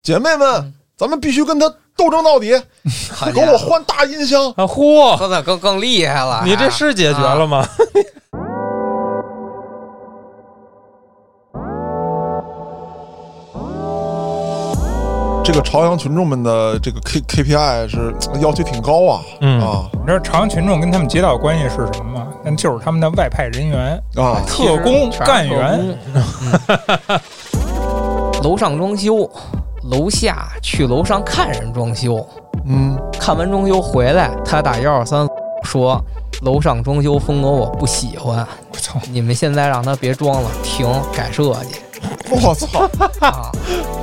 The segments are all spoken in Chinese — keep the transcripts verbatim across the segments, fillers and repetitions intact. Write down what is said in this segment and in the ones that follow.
姐妹们、嗯、咱们必须跟他斗争到底，给我换大音箱啊！嚯， 说的更更厉害了， 你这是解决了吗？啊这个朝阳群众们的这个 K K P I 是要求挺高啊， 嗯啊， 你知道朝阳群众跟他们街道关系是什么吗？那就是他们的外派人员啊， 特工干员。 楼上装修，楼下去楼上看人装修， 嗯， 看完装修回来，他打幺二三说楼上装修风格我不喜欢， 我操！ 你们现在让他别装了，停，改设计。 我操！ 啊！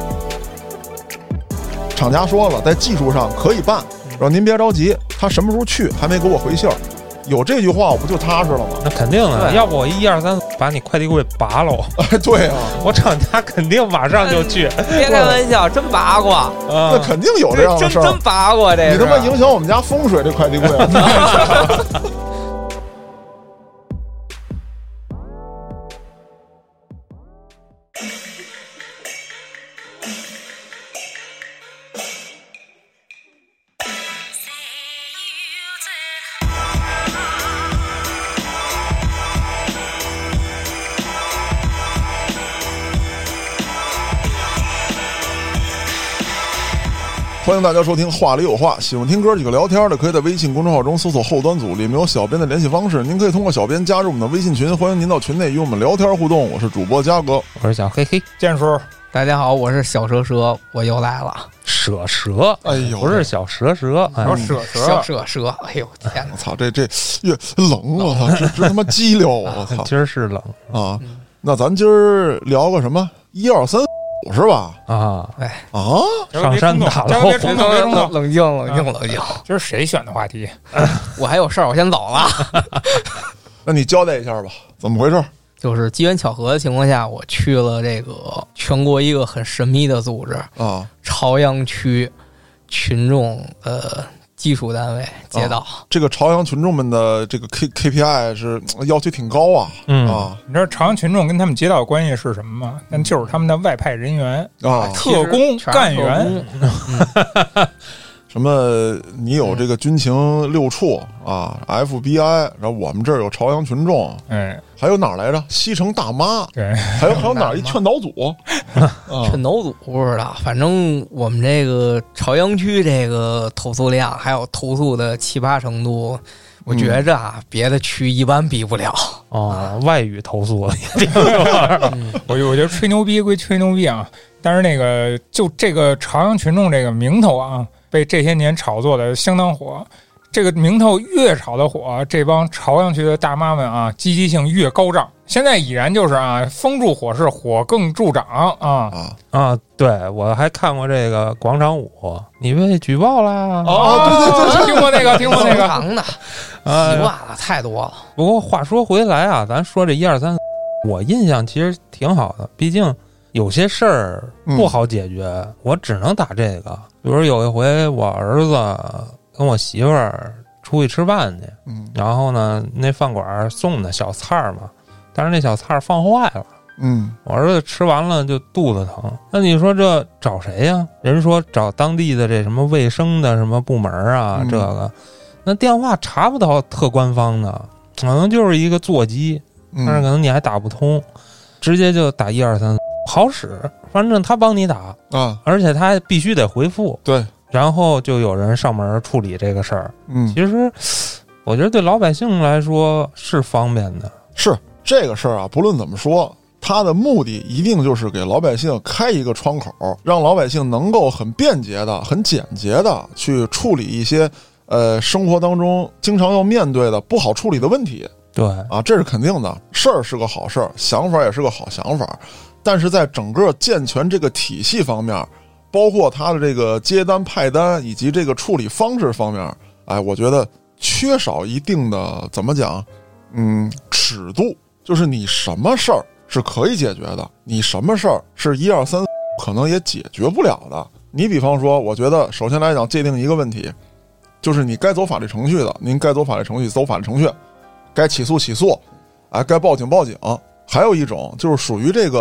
厂家说了，在技术上可以办，说您别着急，他什么时候去还没给我回信儿。有这句话我不就踏实了吗？ 那肯定啊，要不我一二三把你快递柜拔了。 哎，对啊， 我厂家肯定马上就去。 别开玩笑，真拔过， 啊、 那肯定有这样的事儿。 真真拔过这个， 你他妈影响我们家风水，这快递柜。欢迎大家收听话里有话，喜欢听歌几个聊天的可以在微信公众号中搜索后端组，里面有小编的联系方式，您可以通过小编加入我们的微信群，欢迎您到群内与我们聊天互动。我是主播嘉哥， 我是小黑黑建叔， 大家好，我是小蛇蛇，我又来了。 蛇蛇， 哎呦， 不是小蛇蛇， 小、哎、蛇蛇， 小蛇蛇，哎呦天哪！ 我操，这这越冷，我操，这这他妈激溜，我操， 今儿是冷啊。那咱今儿聊个什么？一二三。是吧？ 啊， 哎啊， 上山打喽！别冲动，别冲动， 冷静，冷静，冷静。 这是谁选的话题？ 我还有事儿，我先走了。 那你交代一下吧，怎么回事？ 就是机缘巧合的情况下，我去了这个全国一个很神秘的组织啊， 朝阳区群众呃技术单位街道、 啊。这个朝阳群众们的这个 K K P I 是要求挺高啊， 嗯啊， 你知道朝阳群众跟他们街道关系是什么吗？那就是他们的外派人员啊， 特工干员。 什么？你有这个军情六处啊 ，F B I， 然后我们这儿有朝阳群众， 哎， 还有哪儿来着？西城大妈， 对， 还有还有哪儿一劝导组？ 劝导组不知道，反正我们这个朝阳区这个投诉量还有投诉的奇葩程度，我觉着啊，嗯、别的区一般比不了。 哦，外语投诉也挺多。 我我觉得吹牛逼归吹牛逼啊，但是那个就这个朝阳群众这个名头啊。被这些年炒作的相当火，这个名头越炒的火，这帮朝阳区的大妈们啊，积极性越高涨。现在已然就是啊，风助火势，火更助长啊啊啊！对，我还看过这个广场舞，你被举报啦！ 哦，对对对，听过那个，听过那个， 长的，习惯了，太多了。 不过话说回来啊，咱说这一二三，我印象其实挺好的，毕竟有些事儿不好解决，嗯、我只能打这个。比如有一回我儿子跟我媳妇儿出去吃饭去， 嗯， 然后呢那饭馆送的小菜嘛，但是那小菜放坏了， 嗯， 我儿子吃完了就肚子疼。那你说这找谁呀？人说找当地的这什么卫生的什么部门啊， 嗯、 这个那电话查不到特官方的，可能就是一个座机，但是可能你还打不通，嗯、直接就打一二三。好使，反正他帮你打啊， 而且他必须得回复， 对， 然后就有人上门处理这个事儿。 嗯， 其实我觉得对老百姓来说是方便的。 是这个事儿啊，不论怎么说，它的目的一定就是给老百姓开一个窗口，让老百姓能够很便捷的、很简洁的去处理一些呃生活当中经常要面对的不好处理的问题。 对啊，这是肯定的，事儿是个好事儿，想法也是个好想法。但是在整个健全这个体系方面，包括它的这个接单派单以及这个处理方式方面，哎，我觉得缺少一定的怎么讲，嗯，尺度，就是你什么事儿是可以解决的，你什么事儿是一二三可能也解决不了的。你比方说，我觉得首先来讲界定一个问题，就是你该走法律程序的，您该走法律程序走法律程序，该起诉起诉，哎，该报警报警。还有一种就是属于这个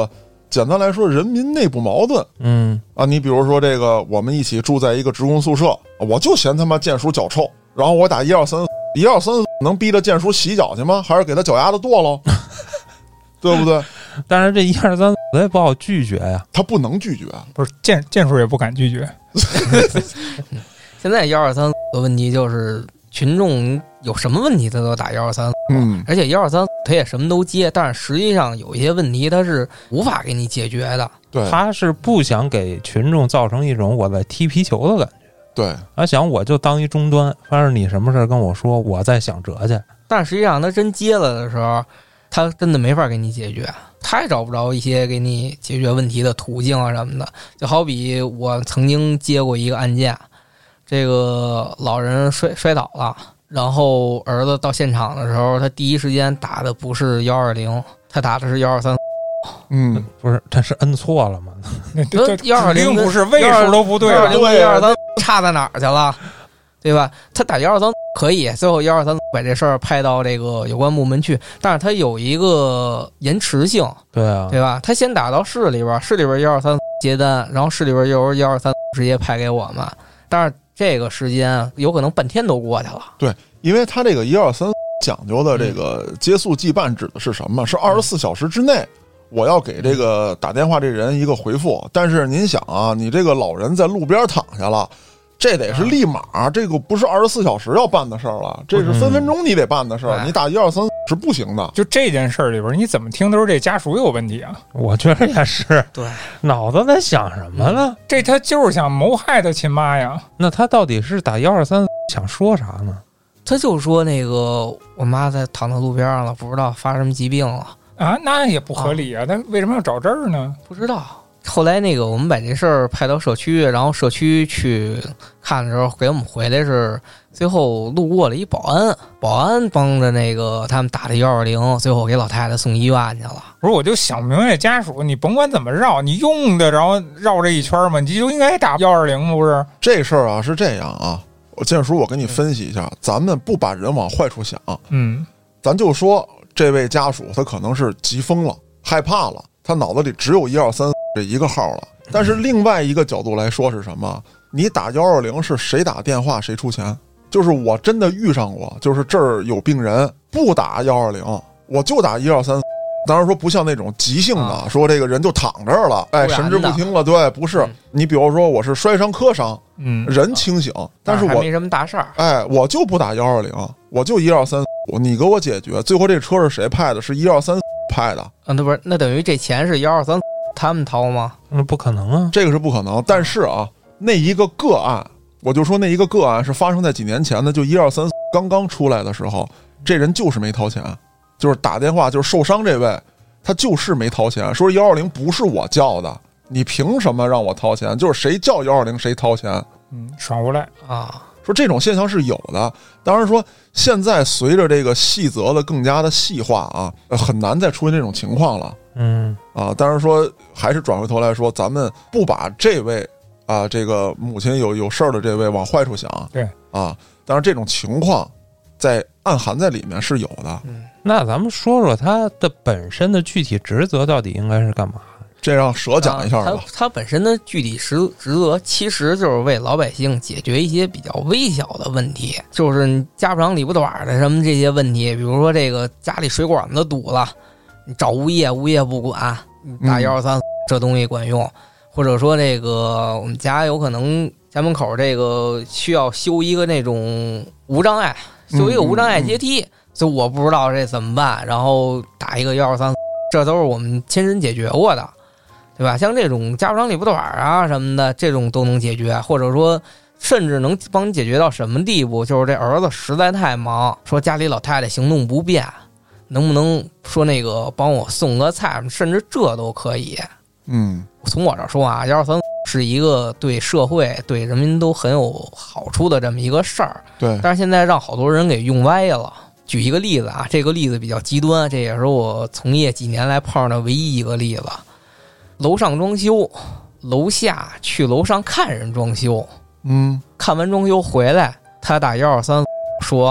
简单来说，人民内部矛盾。 嗯啊，你比如说这个，我们一起住在一个职工宿舍，我就嫌他妈建叔脚臭，然后我打一二三，一二三能逼着建叔洗脚去吗？还是给他脚丫子剁喽？对不对？ 但是这一二三我也不好拒绝呀， 他不能拒绝， 不是建建叔也不敢拒绝。 现在幺二三的问题就是群众有什么问题他都打幺二三， 嗯， 而且幺二三他也什么都接，但是实际上有一些问题他是无法给你解决的。 对， 他是不想给群众造成一种我在踢皮球的感觉。 对， 他想我就当一终端，反正你什么事跟我说，我再想辙去。 但实际上他真接了的时候，他真的没法给你解决，他也找不着一些给你解决问题的途径啊什么的。就好比我曾经接过一个案件，这个老人摔摔倒了，然后儿子到现场的时候，他第一时间打的不是幺二零，他打的是幺二三。 嗯， 不是，他是摁错了吗？ 这幺二零不是位数都不对了， 对幺二三差在哪儿去了？对吧？他打幺二三可以，最后幺二三把这事儿派到这个有关部门去，但是他有一个延迟性， 对啊， 对吧？他先打到市里边，市里边幺二三接单，然后市里边由幺二三直接派给我们，但是这个时间有可能半天都过去了。 对，因为他这个一二三讲究的这个接速即办指的是什么？是二十四小时之内。我要给这个打电话这人一个回复，但是您想啊，你这个老人在路边躺下了，这得是立马，这个不是二十四小时要办的事儿了，这是分分钟你得办的事儿，你打一二三是不行的。 就这件事儿里边，你怎么听都是这家属有问题啊？ 我觉得也是， 对， 脑子在想什么呢？ 这他就是想谋害他亲妈呀。 那他到底是打幺二三想说啥呢？ 他就说那个我妈在躺在路边上了，不知道发什么疾病了。 啊，那也不合理啊！他为什么要找这儿呢？ 不知道。后来那个我们把这事儿派到社区，然后社区去看的时候，给我们回来是最后路过了一保安，保安帮着那个他们打的幺二零，最后给老太太送医院去了。 不是，我就想不明白家属，你甭管怎么绕，你用的然后绕这一圈嘛，你就应该打幺二零，不是？ 这事儿啊是这样啊，我建叔，我跟你分析一下，咱们不把人往坏处想， 嗯， 咱就说。这位家属他可能是急疯了，害怕了，他脑子里只有一二三这一个号了。但是另外一个角度来说是什么？你打幺二零是谁打电话谁出钱？就是我真的遇上过，就是这儿有病人不打幺二零，我就打一二三。当然说不像那种急性的，啊、说这个人就躺这儿了，哎，神志不清了。对，不是、嗯、你比如说我是摔伤磕伤， 嗯， 人清醒，啊、但是我还没什么大事儿， 哎，我就不打幺二零，我就一二三。你给我解决，最后这车是谁派的？是一二三派的。 啊，那不是，那等于这钱是一二三他们掏吗？ 那不可能啊， 这个是不可能。但是啊，那一个个案，我就说那一个个案是发生在几年前的，就一二三刚刚出来的时候，这人就是没掏钱，就是打电话就是受伤这位，他就是没掏钱，说幺二零不是我叫的，你凭什么让我掏钱？就是谁叫幺二零谁掏钱， 嗯，耍无赖啊。 说这种现象是有的，当然说现在随着这个细则的更加的细化啊，很难再出现这种情况了。 嗯啊，当然说还是转回头来说，咱们不把这位啊这个母亲有有事儿的这位往坏处想， 对啊，当然这种情况在暗含在里面是有的。 嗯， 那咱们说说他的本身的具体职责到底应该是干嘛？ 这让蛇讲一下吧。 啊、他他本身的具体职职责其实就是为老百姓解决一些比较微小的问题，就是家不长里不短的什么这些问题，比如说这个家里水管子堵了，你找物业，物业不管，你打幺二三这东西管用，或者说这个我们家有可能家门口这个需要修一个那种无障碍，修一个无障碍阶梯，所以我不知道这怎么办，然后打一个幺二三，这都是我们亲身解决过的。对吧？像这种家不长里不短啊什么的，这种都能解决，或者说甚至能帮你解决到什么地步？就是这儿子实在太忙，说家里老太太行动不便，能不能说那个帮我送个菜？甚至这都可以。 嗯， 从我这儿说啊，幺二三是一个对社会、对人民都很有好处的这么一个事儿。 对， 但是现在让好多人给用歪了。举一个例子啊，这个例子比较极端，这也是我从业几年来碰上的唯一一个例子。楼上装修，楼下去楼上看人装修， 嗯， 看完装修回来，他打幺二三说，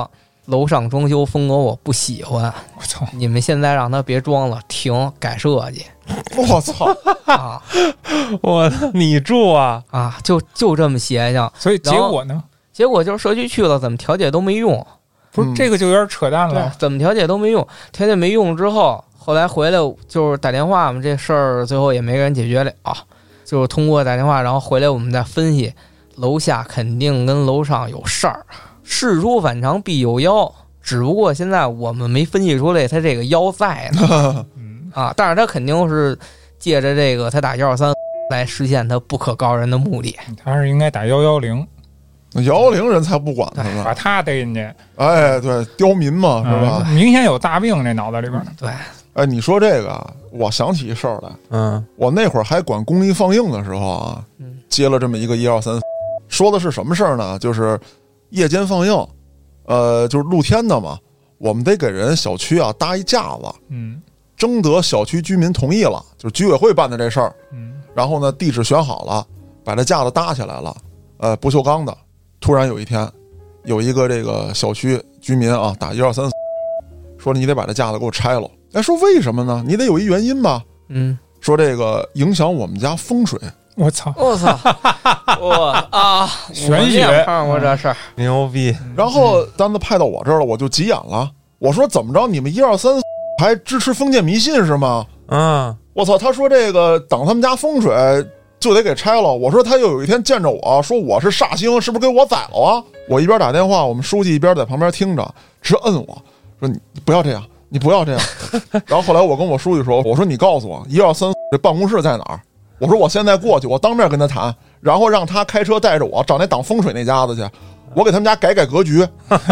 楼上装修风格我不喜欢， 我操！ 你们现在让他别装了，停，改设计。 我操啊！ 我你住啊啊！就就这么邪性， 所以结果呢？ 结果就是社区去了，怎么调解都没用。 不是、嗯、这个就有点扯淡了。 怎么调解都没用，调解没用之后，后来回来就是打电话嘛，这事儿最后也没人解决了，就是通过打电话，然后回来我们再分析，楼下肯定跟楼上有事儿，事出反常必有妖，只不过现在我们没分析出来他这个妖在呢。啊，但是他肯定是借着这个他打一二三来实现他不可告人的目的。 他是应该打幺幺零。 幺幺零人才不管他呢， 把他逮进去。 哎，对，刁民嘛，是吧？ 嗯、明显有大病，这脑子里边。 对， 哎，你说这个，我想起一事儿来。 嗯， 我那会儿还管公益放映的时候啊， 嗯、 接了这么一个一二三，说的是什么事儿呢？就是夜间放映，呃，就是露天的嘛，我们得给人小区啊搭一架子， 嗯， 征得小区居民同意了，就是居委会办的这事儿。 嗯， 然后呢，地址选好了，把这架子搭起来了，呃，不锈钢的。突然有一天，有一个这个小区居民啊打一二三，说你得把这架子给我拆了。哎，说为什么呢？你得有一原因吧？ 嗯， 说这个影响我们家风水。 我操！ 我操！我啊， 玄学看过这事儿， 牛逼。 然后单子派到我这儿了，我就急眼了。我说怎么着？你们一二三还支持封建迷信是吗？ 嗯， 我操！他说这个挡他们家风水。就得给拆了。我说他又有一天见着我说我是煞星，是不是给我宰了啊？我一边打电话，我们书记一边在旁边听着，直摁我说你不要这样，你不要这样。然后后来我跟我书记说，我说你告诉我一二三这办公室在哪儿？我说我现在过去，我当面跟他谈，然后让他开车带着我找那挡风水那家子去，我给他们家改改格局。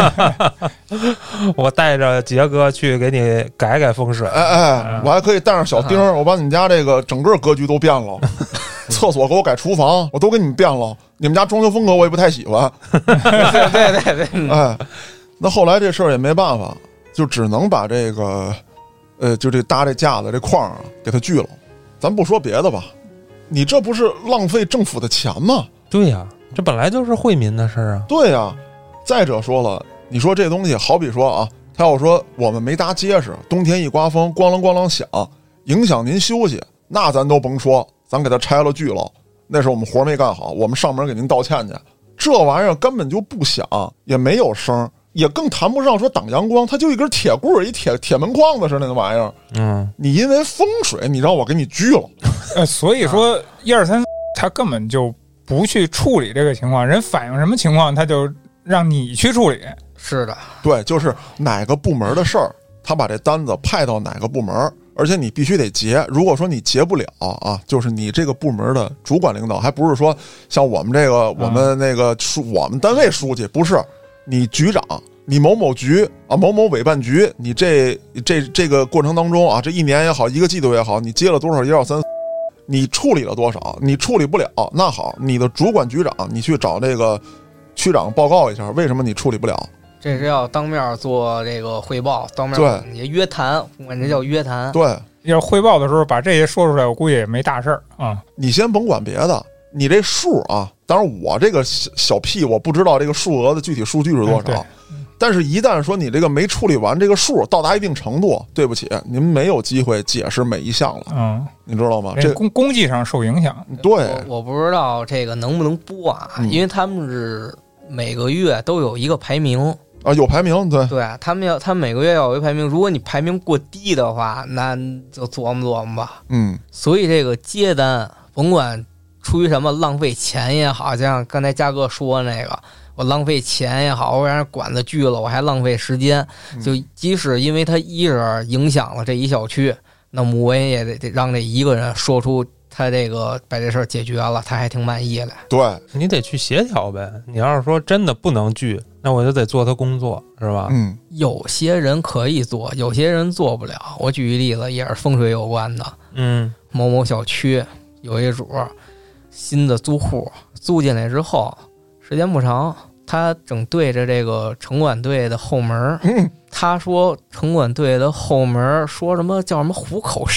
我带着杰哥去给你改改风水。 哎哎，我还可以带上小丁，我把你们家这个整个格局都变了。厕所给我改厨房，我都给你们变了。你们家装修风格我也不太喜欢。 对对对对， 哎，那后来这事儿也没办法，就只能把这个，呃，就这搭这架子这框啊给它锯了。咱不说别的吧，你这不是浪费政府的钱吗？ 对呀、啊，这本来就是惠民的事儿啊。 对呀、啊，再者说了，你说这东西好比说啊，他要说我们没搭结实，冬天一刮风，咣啷咣啷响，影响您休息，那咱都甭说。咱给它拆了锯了，那是我们活没干好，我们上门给您道歉去。这玩意儿根本就不响，也没有声，也更谈不上说挡阳光，它就一根铁棍，一铁铁门框子似的那玩意儿。 嗯， 你因为风水，你让我给你锯了。 呃，所以说一二三，他根本就不去处理这个情况，人反映什么情况，他就让你去处理。 是的， 对，就是哪个部门的事儿，他把这单子派到哪个部门。而且你必须得结，如果说你结不了啊，就是你这个部门的主管领导，还不是说像我们这个我们那个书、嗯、我们单位书记，不是你局长，你某某局啊某某委办局，你这这这个过程当中啊，这一年也好，一个季度也好，你接了多少一二三，你处理了多少？你处理不了，那好，你的主管局长，你去找这个区长报告一下，为什么你处理不了？ 这是要当面做这个汇报，当面也约谈，我管这叫约谈。 对， 要汇报的时候把这些说出来，我估计也没大事儿啊。 你先甭管别的，你这数啊，当然我这个小小屁我不知道这个数额的具体数据是多少，嗯、但是一旦说你这个没处理完，这个数到达一定程度，对不起，您没有机会解释每一项了，嗯，你知道吗？这公公绩上受影响。 对， 我, 我不知道这个能不能播啊，嗯、因为他们是每个月都有一个排名。 啊，有排名，对对，他们要，他们每个月要有一排名。如果你排名过低的话，那就琢磨琢磨吧。 嗯， 所以这个接单，甭管出于什么浪费钱也好，像刚才嘉哥说那个，我浪费钱也好，我让人管子锯了，我还浪费时间。就即使因为他一是影响了这一小区，那么我也得得让这一个人说出。他这个把这事儿解决了，他还挺满意的。 对， 你得去协调呗。你要是说真的不能锯，那我就得做他工作，是吧？ 嗯， 有些人可以做，有些人做不了。我举一例子，也是风水有关的。 嗯， 某某小区有一主新的租户租进来之后，时间不长，他正对着这个城管队的后门。 嗯， 他说城管队的后门说什么叫什么虎口煞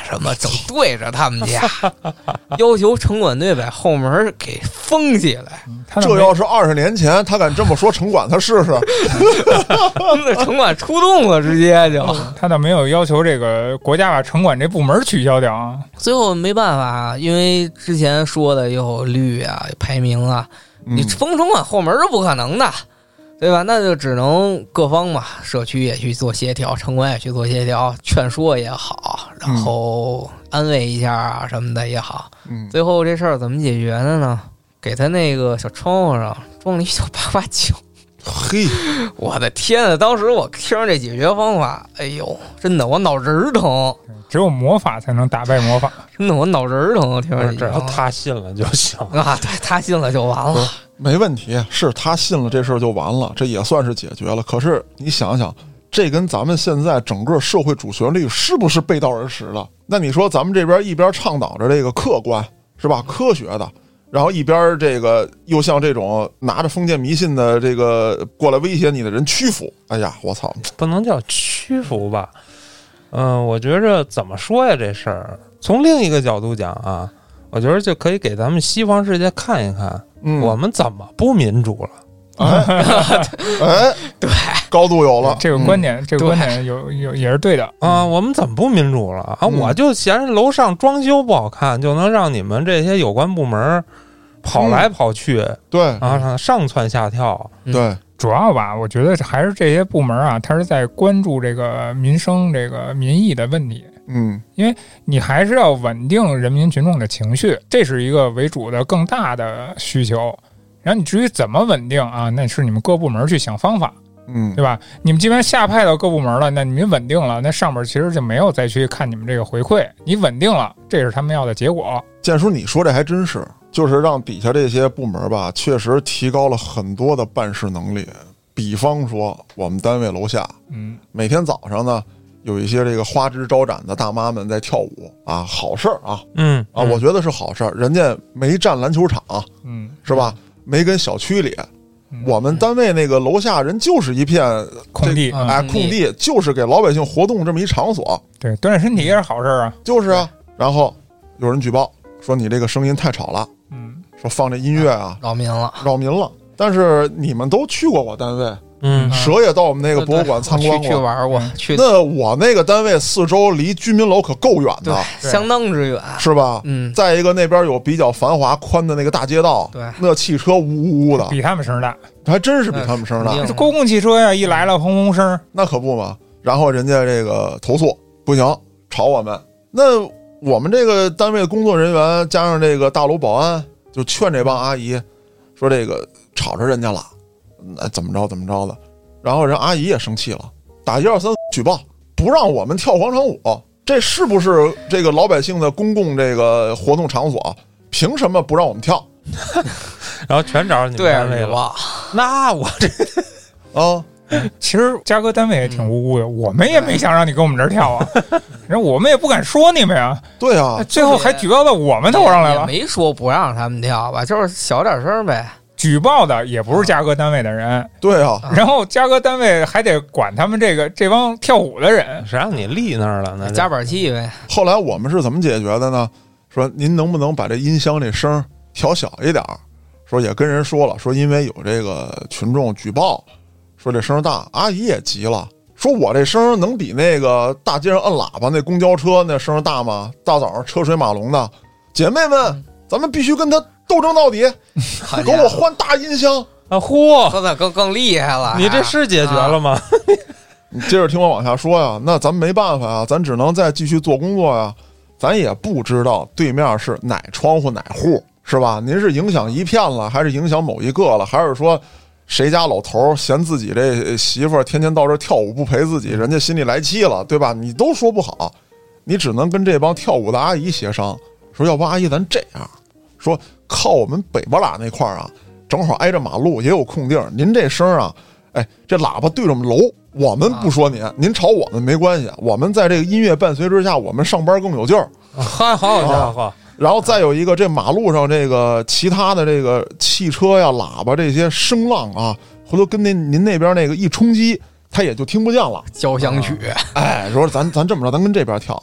什么，整对着他们家，要求城管队把后门给封起来。 这要是二十年前，他敢这么说城管，他试试。 那城管出动了，直接就。 他倒没有要求这个国家把城管这部门取消掉啊。 最后没办法，因为之前说的有律啊、排名啊，你封城管后门是不可能的。对吧？那就只能各方嘛，社区也去做协调，城管也去做协调，劝说也好，然后安慰一下啊什么的也好。 嗯， 最后这事儿怎么解决的呢？给他那个小窗户上装了一小八八九。 嘿， 我的天啊！当时我听着这解决方法，哎呦，真的我脑仁儿疼。 只有魔法才能打败魔法， 真的我脑仁儿疼。听着， 只要他信了就行啊，对他信了就完了。 没问题，是他信了这事儿就完了，这也算是解决了。可是你想想，这跟咱们现在整个社会主旋律是不是背道而驰了？那你说咱们这边一边倡导着这个客观是吧，科学的，然后一边这个又向这种拿着封建迷信的这个过来威胁你的人屈服。哎呀，我操， 不能叫屈服吧？嗯、呃，我觉着怎么说呀？这事儿从另一个角度讲啊，我觉得就可以给咱们西方世界看一看。 嗯， 我们怎么不民主了？ 哎，哎对， 高度有了， 这个观点，嗯、这个观点有有也是对的啊。我们怎么不民主了啊？ 嗯、 我就嫌楼上装修不好看，就能让你们这些有关部门跑来跑去， 嗯、对啊，上蹿下跳， 对。 主要吧，我觉得还是这些部门啊，他是在关注这个民生、这个民意的问题。 嗯， 因为你还是要稳定人民群众的情绪，这是一个为主的更大的需求。然后你至于怎么稳定啊，那是你们各部门去想方法， 嗯， 对吧？你们既然下派到各部门了，那你们稳定了，那上边其实就没有再去看你们这个回馈，你稳定了，这是他们要的结果。 建叔，你说这还真是。就是让底下这些部门吧，确实提高了很多的办事能力。比方说，我们单位楼下， 嗯， 每天早上呢，有一些这个花枝招展的大妈们在跳舞啊，好事儿啊， 嗯啊，我觉得是好事儿。人家没占篮球场， 嗯， 是吧？没跟小区里， 嗯、 我们单位那个楼下人就是一片空地， 哎，空地就是给老百姓活动这么一场所。 对，锻炼身体也是好事儿啊。 就是啊，然后有人举报说你这个声音太吵了。 嗯， 说放这音乐啊， 扰民了， 扰民了。但是你们都去过我单位， 嗯， 蛇也到我们那个博物馆参观过， 去玩过。去那我那个单位四周离居民楼可够远的， 相当之远， 是吧？ 嗯。 再一个，那边有比较繁华宽的那个大街道， 对， 那汽车呜呜呜的， 比他们声大， 还真是比他们声大。 这公共汽车呀，一来了轰轰声， 那可不嘛。然后人家这个投诉不行，吵我们。那我们这个单位的工作人员加上这个大楼保安。就劝这帮阿姨说这个吵着人家了，那怎么着怎么着的，然后人阿姨也生气了，打一二三举报，不让我们跳广场舞，这是不是这个老百姓的公共这个活动场所？凭什么不让我们跳？ 然后全找你们单位了。那我这啊。 其实嘉哥单位也挺无辜的，我们也没想让你跟我们这儿跳啊，然后我们也不敢说你们呀。 对啊， 最后还举报到我们头上来了。 也没说不让他们跳吧，就是小点声呗。 举报的也不是嘉哥单位的人， 对啊， 然后嘉哥单位还得管他们这个这帮跳舞的人， 谁让你立那儿了呢？ 加板气呗。 后来我们是怎么解决的呢？说您能不能把这音箱这声调小一点？说也跟人说了，说因为有这个群众举报。说这声大，阿姨也急了，说我这声能比那个大街上摁喇叭那公交车那声大吗？大早上车水马龙的，姐妹们，嗯、咱们必须跟他斗争到底，给我换大音箱啊！嚯， 那更更厉害了！ 你这是解决了吗？ 啊、你接着听我往下说呀，那咱没办法啊，咱只能再继续做工作呀。咱也不知道对面是哪窗户哪户，是吧？您是影响一片了，还是影响某一个了，还是说？谁家老头嫌自己这媳妇儿天天到这跳舞不陪自己，人家心里来气了，对吧？你都说不好，你只能跟这帮跳舞的阿姨协商，说要不阿姨咱这样，说靠我们北巴拉那块儿啊，正好挨着马路也有空地儿，您这声啊，哎，这喇叭对着我们楼，我们不说您，您吵我们没关系，我们在这个音乐伴随之下，我们上班更有劲儿。 嗨，好家伙！ 然后再有一个，这马路上这个其他的这个汽车呀、喇叭这些声浪啊，回头跟那您那边那个一冲击，他也就听不见了。 交响曲， 哎，说咱咱这么着，咱跟这边跳，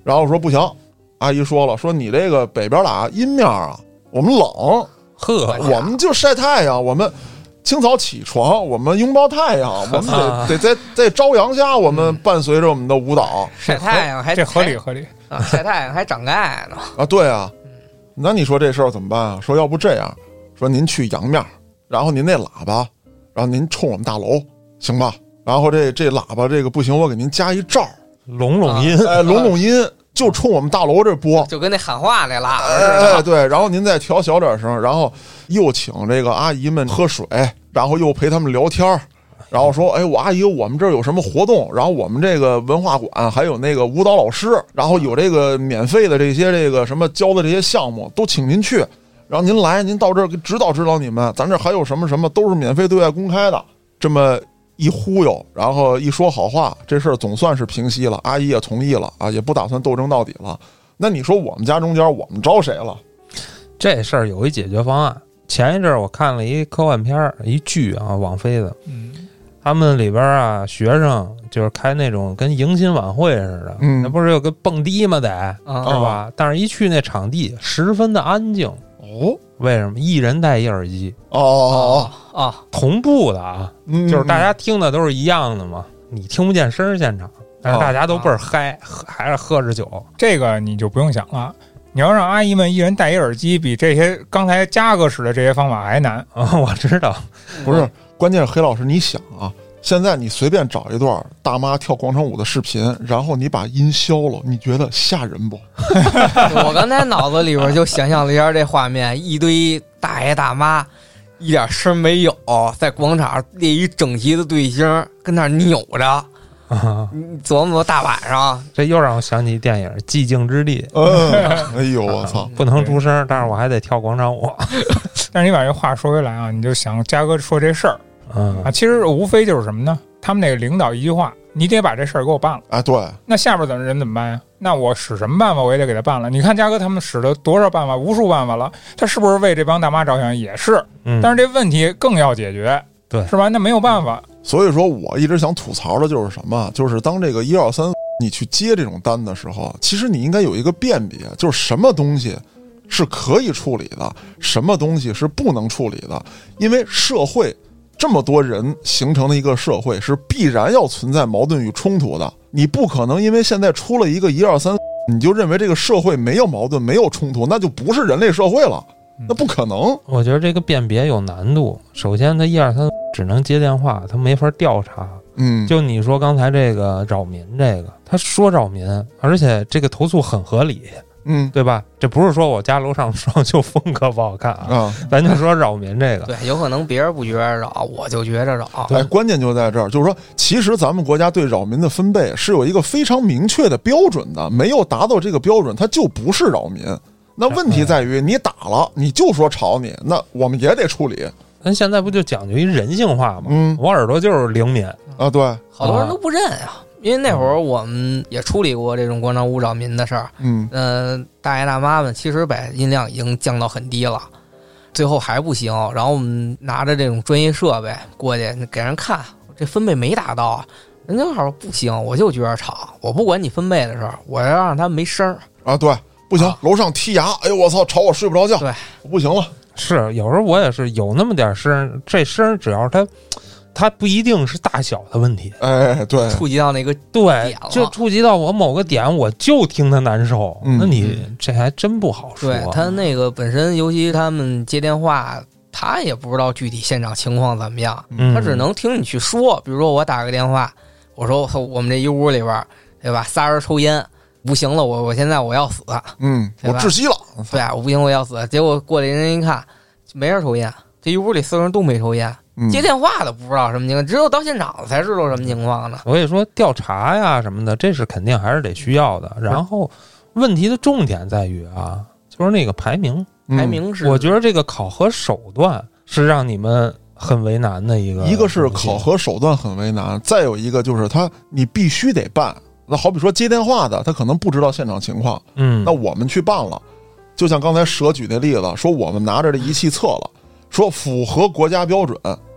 然后说不行，阿姨说了，说你这个北边打阴面啊，我们冷， 呵， 我们就晒太阳，我们清早起床，我们拥抱太阳，我们得得在在朝阳下，我们伴随着我们的舞蹈。 晒太阳还这合理合理啊，晒太阳还长钙呢啊！对啊，那你说这事儿怎么办啊？说要不这样，说您去阳面，然后您那喇叭，然后您冲我们大楼，行吧？然后这这喇叭这个不行，我给您加一罩， 拢拢音， 哎，拢拢音，就冲我们大楼这播， 就跟那喊话那喇叭似的。 哎，对，然后您再调小点声，然后又请这个阿姨们喝水，然后又陪他们聊天，然后说，哎，我阿姨，我们这儿有什么活动？然后我们这个文化馆还有那个舞蹈老师，然后有这个免费的这些这个什么教的这些项目都请您去，然后您来，您到这儿指导指导你们，咱这还有什么什么都是免费对外公开的，这么一忽悠，然后一说好话，这事儿总算是平息了，阿姨也同意了啊，也不打算斗争到底了。那你说我们家中间我们招谁了？ 这事儿有一解决方案。前一阵儿我看了一科幻片儿，一剧啊，网飞的， 嗯， 他们里边啊，学生就是开那种跟迎新晚会似的， 嗯那不是有个蹦迪吗？得， 啊是吧？但是一去那场地，十分的安静。 哦为什么？一人戴一耳机， 哦哦哦哦， 同步的啊， 嗯， 就是大家听的都是一样的嘛，你听不见声儿现场，但是大家都倍儿嗨，喝还是喝着酒。 这个你就不用想了。你要让阿姨们一人戴一耳机，比这些刚才嘉哥使的这些方法还难啊！我知道， 不是，关键是黑老师，你想啊，现在你随便找一段大妈跳广场舞的视频，然后你把音消了，你觉得吓人不？ 我刚才脑子里边就想象了一下这画面，一堆大爷大妈，一点声没有，在广场列一整齐的队形，跟那儿扭着。 啊， 你琢磨大晚上， 这又让我想起电影《寂静之地》。 嗯，哎呦我操， 不能出声，但是我还得跳广场舞。 但是你把这话说回来啊，你就想嘉哥说这事儿， 嗯啊，其实无非就是什么呢？他们那个领导一句话，你得把这事儿给我办了。 哎，对， 那下边的人怎么办呀？那我使什么办法我也得给他办了。你看嘉哥他们使了多少办法，无数办法了，他是不是为这帮大妈着想？也是， 嗯， 但是这问题更要解决， 对， 是吧？那没有办法。 所以说我一直想吐槽的就是什么，就是当这个一二三你去接这种单的时候，其实你应该有一个辨别，就是什么东西是可以处理的，什么东西是不能处理的，因为社会这么多人形成的一个社会是必然要存在矛盾与冲突的，你不可能因为现在出了一个一二三，你就认为这个社会没有矛盾没有冲突，那就不是人类社会了，那不可能。 我觉得这个辨别有难度。首先，他一二三只能接电话，他没法调查。 嗯， 就你说刚才这个扰民，这个他说扰民，而且这个投诉很合理， 嗯， 对吧？这不是说我家楼上装修风格不好看啊， 啊， 咱就说扰民这个。 对，有可能别人不觉着扰，我就觉着扰。 哎，关键就在这儿，就是说，其实咱们国家对扰民的分贝是有一个非常明确的标准的，没有达到这个标准，它就不是扰民。那问题在于，你打了，你就说吵你，那我们也得处理。 咱现在不就讲究一人性化吗？ 嗯， 我耳朵就是灵敏啊，对， 好多人都不认啊。因为那会儿我们也处理过这种广场舞扰民的事儿， 嗯， 呃，大爷大妈们其实把音量已经降到很低了，最后还不行，然后我们拿着这种专业设备过去给人看，这分贝没达到啊，人家说不行，我就觉得吵，我不管你分贝的事儿，我要让他没声儿啊，对，不行， 啊楼上剔牙，哎呦我操，吵我睡不着觉， 对， 不行了。 是有时候我也是有那么点声，这声只要它它不一定是大小的问题， 哎，对， 触及到那个对点了， 就触及到我某个点，我就听它难受。 嗯那你这还真不好说。 对他那个本身，尤其他们接电话，他也不知道具体现场情况怎么样， 嗯他只能听你去说。比如说我打个电话，我说我们这一屋里边，对吧，仨人抽烟，不行了，我我现在我要死， 嗯，我窒息了， 对啊，我不行我要死。结果过来人一看，没人抽烟，这一屋里四个人都没抽烟。 嗯接电话的不知道什么情况，只有到现场了才知道什么情况呢。 我跟你说，调查呀什么的，这是肯定还是得需要的。然后问题的重点在于啊，就是那个排名， 嗯排名是， 我觉得这个考核手段是让你们很为难的一个。 一个是考核手段很为难，再有一个就是他你必须得办。那好比说接电话的，他可能不知道现场情况， 嗯， 那我们去办了。就像刚才蛇举那例子，说我们拿着这仪器测了，说符合国家标准，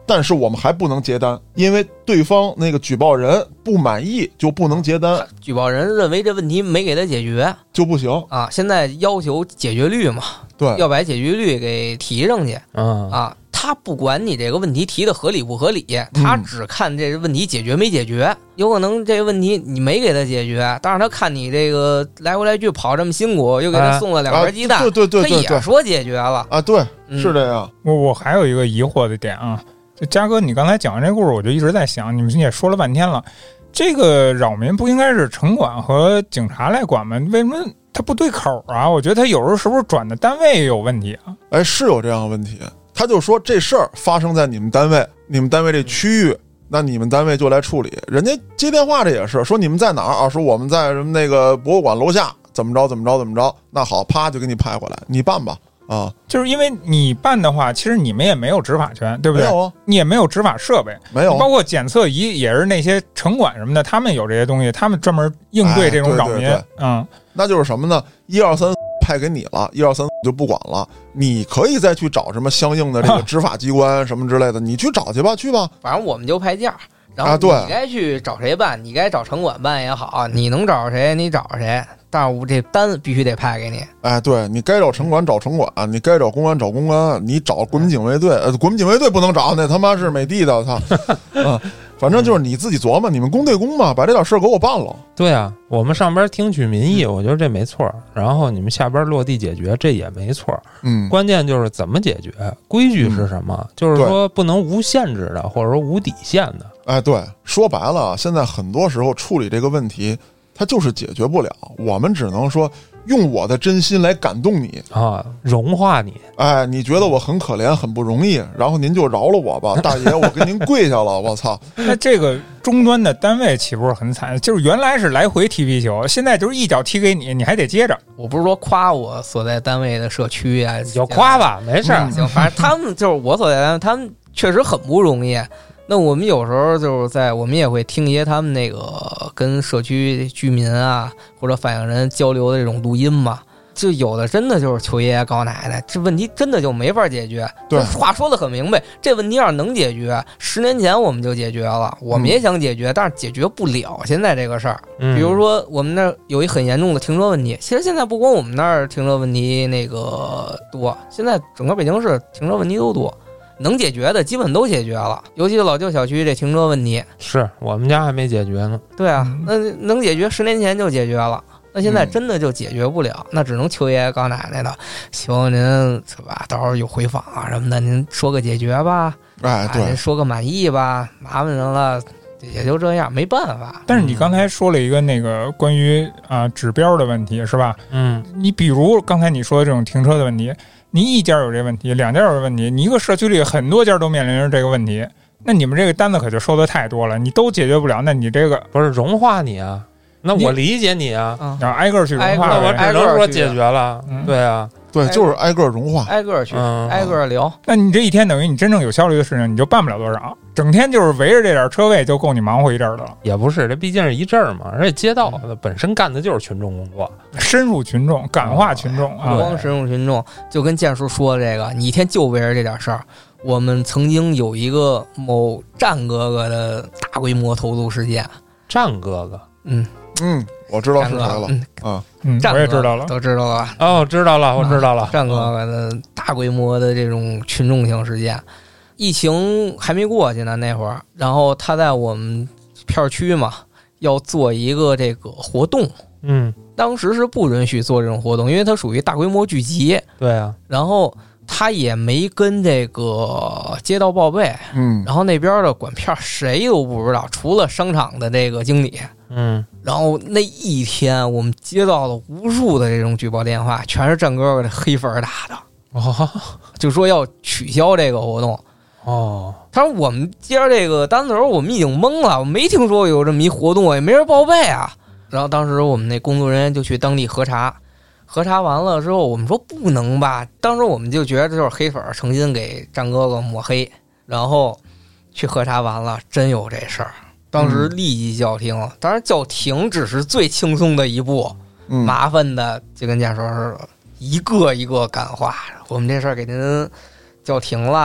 但是我们还不能结单，因为对方那个举报人不满意就不能结单， 举报人认为这问题没给他解决就不行啊。现在要求解决率嘛， 对， 要把解决率给提上去。 嗯啊，他不管你这个问题提的合理不合理，他只看这个问题解决没解决。有可能这个问题你没给他解决，但是他看你这个来回来去跑这么辛苦，又给他送了两盘鸡蛋， 啊、对对对对对， 他也说解决了啊，对， 嗯、 是这样。 我我还有一个疑惑的点啊。就嘉哥，你刚才讲完这故事，我就一直在想，你们也说了半天了，这个扰民不应该是城管和警察来管吗？为什么他不对口啊？我觉得他有时候是不是转的单位也有问题啊？ 哎，是有这样的问题。他就说这事儿发生在你们单位，你们单位这区域，那你们单位就来处理。人家接电话这也是说你们在哪儿啊？说我们在什么那个博物馆楼下，怎么着怎么着怎么着。那好，啪就给你派过来，你办吧。啊， 就是因为你办的话，其实你们也没有执法权，对不对？ 没有啊， 你也没有执法设备， 没有， 包括检测仪也是那些城管什么的，他们有这些东西，他们专门应对这种扰民。哎、对对对嗯，那就是什么呢？一二三派给你了，一二三就不管了，你可以再去找什么相应的这个执法机关什么之类的，啊、你去找去吧，去吧。 反正我们就派件，然后你该去找谁办，你该找城管办也好，你能找谁你找谁。但是我这单必须得派给你， 哎，对，你该找城管找城管，你该找公安找公安，你找国民警卫队，呃，国民警卫队不能找，那他妈是美帝的，操，啊，反正就是你自己琢磨，你们公对公嘛，把这点事儿给我办了。 对啊，我们上边听取民意，我觉得这没错，然后你们下边落地解决，这也没错。 嗯， 关键就是怎么解决，规矩是什么？嗯、就是说不能无限制的，或者说无底线的。 哎，对，说白了，现在很多时候处理这个问题。它就是解决不了，我们只能说用我的真心来感动你啊，融化你。 哎，你觉得我很可怜，很不容易，然后您就饶了我吧，大爷，我跟您跪下了，我操！ 那这个终端的单位岂不是很惨？就是原来是来回踢皮球，现在就是一脚踢给你，你还得接着。 我不是说夸我所在单位的社区啊， 有夸吧，没事、 嗯。行，反正他们就是我所在单位，他们确实很不容易。那我们有时候就是在我们也会听一些他们那个跟社区居民啊或者反映人交流的这种录音嘛，就有的真的就是求爷爷告奶奶，这问题真的就没法解决。 对， 话说的很明白，这问题要是能解决，十年前我们就解决了，我们也想解决，嗯、但是解决不了现在这个事儿。 嗯、 比如说我们那儿有一很严重的停车问题，其实现在不光我们那儿停车问题那个多，现在整个北京市停车问题都多。能解决的基本都解决了，尤其是老旧小区这停车问题， 是我们家还没解决呢。 对啊，那能解决十年前就解决了，那现在真的就解决不了，嗯、那只能求爷爷告奶奶的，希望您是吧，到时候有回访啊什么的，您说个解决吧， 哎，对， 啊、您说个满意吧，麻烦您了，也就这样，没办法。 但是你刚才说了一个那个关于啊指标的问题是吧？ 嗯， 你比如刚才你说的这种停车的问题。你一家有这问题，两家有这问题，你一个社区里很多家都面临着这个问题，那你们这个单子可就收的太多了，你都解决不了，那你这个不是融化你啊？那我理解你啊， 你然后挨个去融化， 那我只能说解决了。嗯、对啊， 对，就是挨个融化， 挨个去， 嗯、 挨个聊。 那你这一天等于你真正有效率的事情，你就办不了多少，整天就是围着这点车位就够你忙活一阵了。 也不是，这毕竟是一阵儿嘛，而且街道的本身干的就是群众工作， 深入群众，感化群众啊， 不光深入群众，就跟建叔说的这个，你一天就围着这点事儿。我们曾经有一个某战哥哥的大规模投诉事件， 战哥哥， 嗯嗯，我知道是谁了， 嗯啊， 嗯，我也知道了， 都知道了吧？ 哦，知道了，我知道了， 战哥哥的大规模的这种群众性事件。疫情还没过去呢，那会儿，然后他在我们片区嘛，要做一个这个活动， 嗯， 当时是不允许做这种活动，因为它属于大规模聚集， 对啊， 然后他也没跟这个街道报备， 嗯， 然后那边的管片谁都不知道，除了商场的这个经理， 嗯， 然后那一天我们接到了无数的这种举报电话，全是战哥哥的黑粉打的， 哦， 就说要取消这个活动。 哦， 他说我们接着这个单子的时候，我们已经懵了，我没听说有这么一活动，也没人报备啊。然后当时我们那工作人员就去当地核查，核查完了之后，我们说不能吧，当时我们就觉得这就是黑粉诚心给战哥哥抹黑，然后去核查完了，真有这事儿，当时立即叫停。嗯、当然叫停只是最轻松的一步， 嗯、 麻烦的就跟建说似的，一个一个感化，我们这事儿给您叫停了。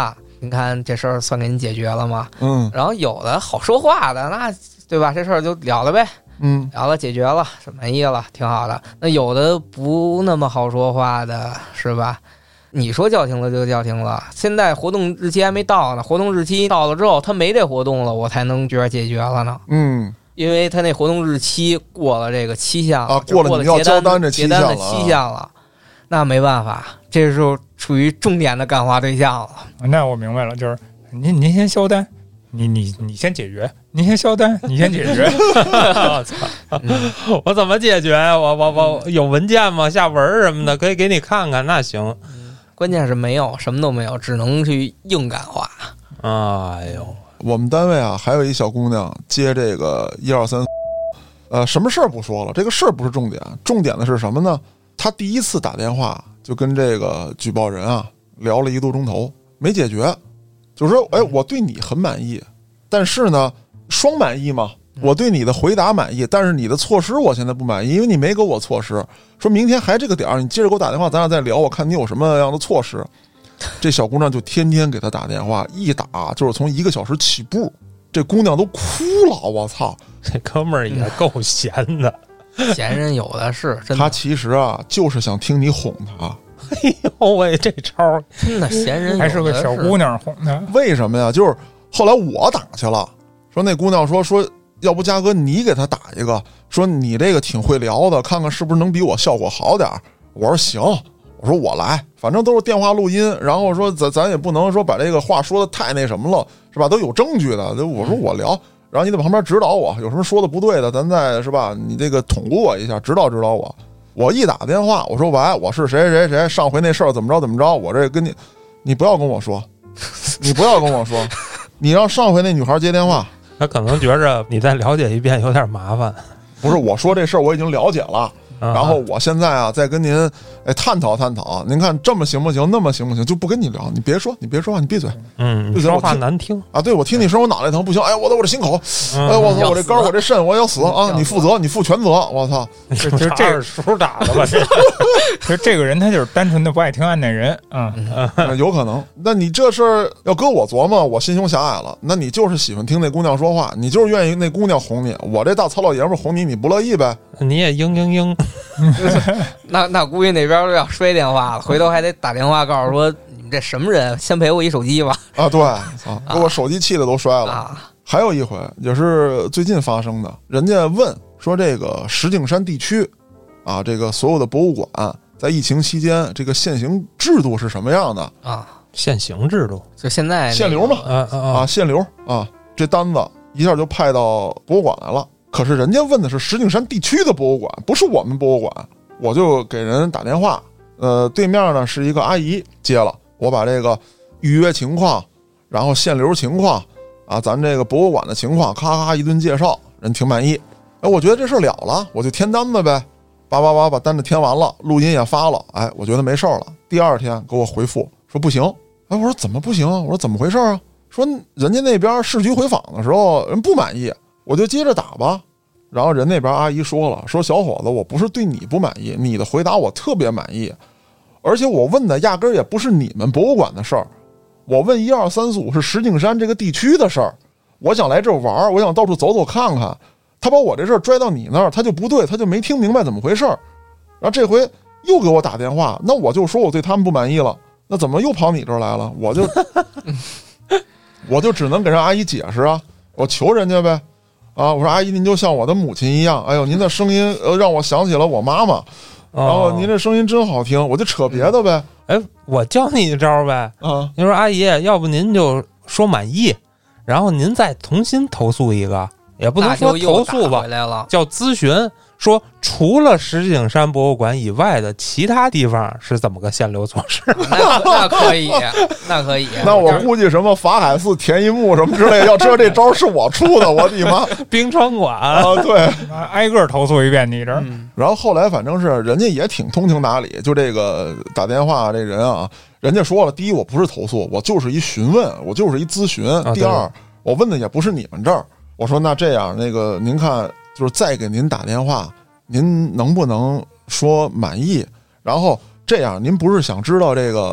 您看这事儿算给您解决了吗？ 嗯， 然后有的好说话的，那对吧？这事儿就了了呗， 嗯， 了了，解决了，满意了，挺好的。那有的不那么好说话的，是吧？你说叫停了就叫停了，现在活动日期还没到呢，活动日期到了之后，他没这活动了，我才能觉得解决了呢。 嗯， 因为他那活动日期过了这个期限啊， 过了你要交单这期限的期限了，那没办法，这时候属于重点的干花对象了。 那我明白了，就是您您先销单，你你你先解决，您先销单，你先解决。 我操！我怎么解决？我我我有文件吗？下文什么的可以给你看看，那行。 关键是没有，什么都没有，只能去硬干花。 哎呦， 我们单位啊，还有一小姑娘接这个一二三，呃，什么事儿不说了，这个事儿不是重点，重点的是什么呢？她第一次打电话就跟这个举报人啊聊了一个多钟头，没解决，就是说，哎，我对你很满意，但是呢，双满意嘛。我对你的回答满意，但是你的措施我现在不满意，因为你没给我措施。说明天还这个点儿，你接着给我打电话，咱俩再聊，我看你有什么样的措施。这小姑娘就天天给他打电话，一打就是从一个小时起步，这姑娘都哭了，我操！ 这哥们儿也够闲的， 闲人有的是，真的。 他其实啊，就是想听你哄他。 哎呦喂，这招真的闲人有的是， 还是个小姑娘哄他。 为什么呀？就是后来我打去了，说那姑娘说说。要不嘉哥你给他打一个，说你这个挺会聊的，看看是不是能比我效果好点。我说行，我说我来，反正都是电话录音，然后说咱咱也不能说把这个话说的太那什么了，是吧？都有证据的。我说我聊，然后你在旁边指导我，有什么说的不对的，咱再是吧？你这个捅咕我一下，指导指导我。我一打电话，我说喂，我是谁谁谁，上回那事儿怎么着怎么着，我这跟你，你不要跟我说，你不要跟我说，你让上回那女孩接电话。 他可能觉着你再了解一遍有点麻烦。 不是，我说这事儿我已经了解了， 嗯、 然后我现在啊再跟您哎探讨探讨，您看这么行不行，那么行不行，就不跟你聊，你别说，你别说话，你闭嘴。 嗯，你说话难听啊！对，我听你声我脑袋疼，不行，哎，我的我这心口， 嗯、 哎，我操，我这肝我这肾我要死啊！你负责，你负全责，我操！ 就就这叔打的吧？这就这个人他就是单纯的不爱听案内人啊、 嗯嗯，有可能。那你这事儿要搁我琢磨，我心胸狭隘了。那你就是喜欢听那姑娘说话，你就是愿意那姑娘哄你，我这大糙老爷们哄你，你不乐意呗？ 你也嘤嘤嘤。 那那估计那边都要摔电话了，回头还得打电话告诉说你们这什么人，先赔我一手机吧。 啊，对，啊，给我手机气的都摔了。 啊， 还有一回也是最近发生的，人家问说这个石景山地区啊，这个所有的博物馆在疫情期间这个限行制度是什么样的啊？ 限行制度就现在、那个、 限流嘛， 啊啊啊限流啊，这单子一下就派到博物馆来了。可是人家问的是石景山地区的博物馆，不是我们博物馆。我就给人打电话，呃，对面呢是一个阿姨接了，我把这个预约情况，然后限流情况啊，咱这个博物馆的情况，咔咔一顿介绍，人挺满意。哎，我觉得这事了了，我就填单子呗，叭叭叭把单子填完了，录音也发了，哎，我觉得没事了。第二天给我回复说不行，哎，我说怎么不行啊？我说怎么回事啊？说人家那边市局回访的时候人不满意，我就接着打吧。然后人那边阿姨说了，说小伙子，我不是对你不满意，你的回答我特别满意，而且我问的压根儿也不是你们博物馆的事儿，我问一二三四五是石景山这个地区的事儿，我想来这玩，我想到处走走看看，他把我这事儿拽到你那儿，他就不对，他就没听明白怎么回事儿。然后这回又给我打电话，那我就说我对他们不满意了，那怎么又跑你这儿来了？我就我就只能给让阿姨解释啊，我求人家呗。啊！我说阿姨，您就像我的母亲一样。哎呦，您的声音呃让我想起了我妈妈。然后您这声音真好听，我就扯别的呗。 哎，我教你一招呗。 啊， 您说阿姨，要不您就说满意，然后您再重新投诉一个，也不能说投诉吧，叫咨询。说除了石景山博物馆以外的其他地方是怎么个限流措施？ 那, 那可以，那可以。 那我估计什么法海寺田一木什么之类的，要知道这招是我出的，我的妈！ 冰川馆啊，对， 挨个投诉一遍你这、 嗯。然后后来反正是人家也挺通情达理，就这个打电话这人啊，人家说了，第一我不是投诉，我就是一询问，我就是一咨询。 啊、 第二，我问的也不是你们这儿，我说那这样，那个您看。就是再给您打电话，您能不能说满意？然后这样，您不是想知道这个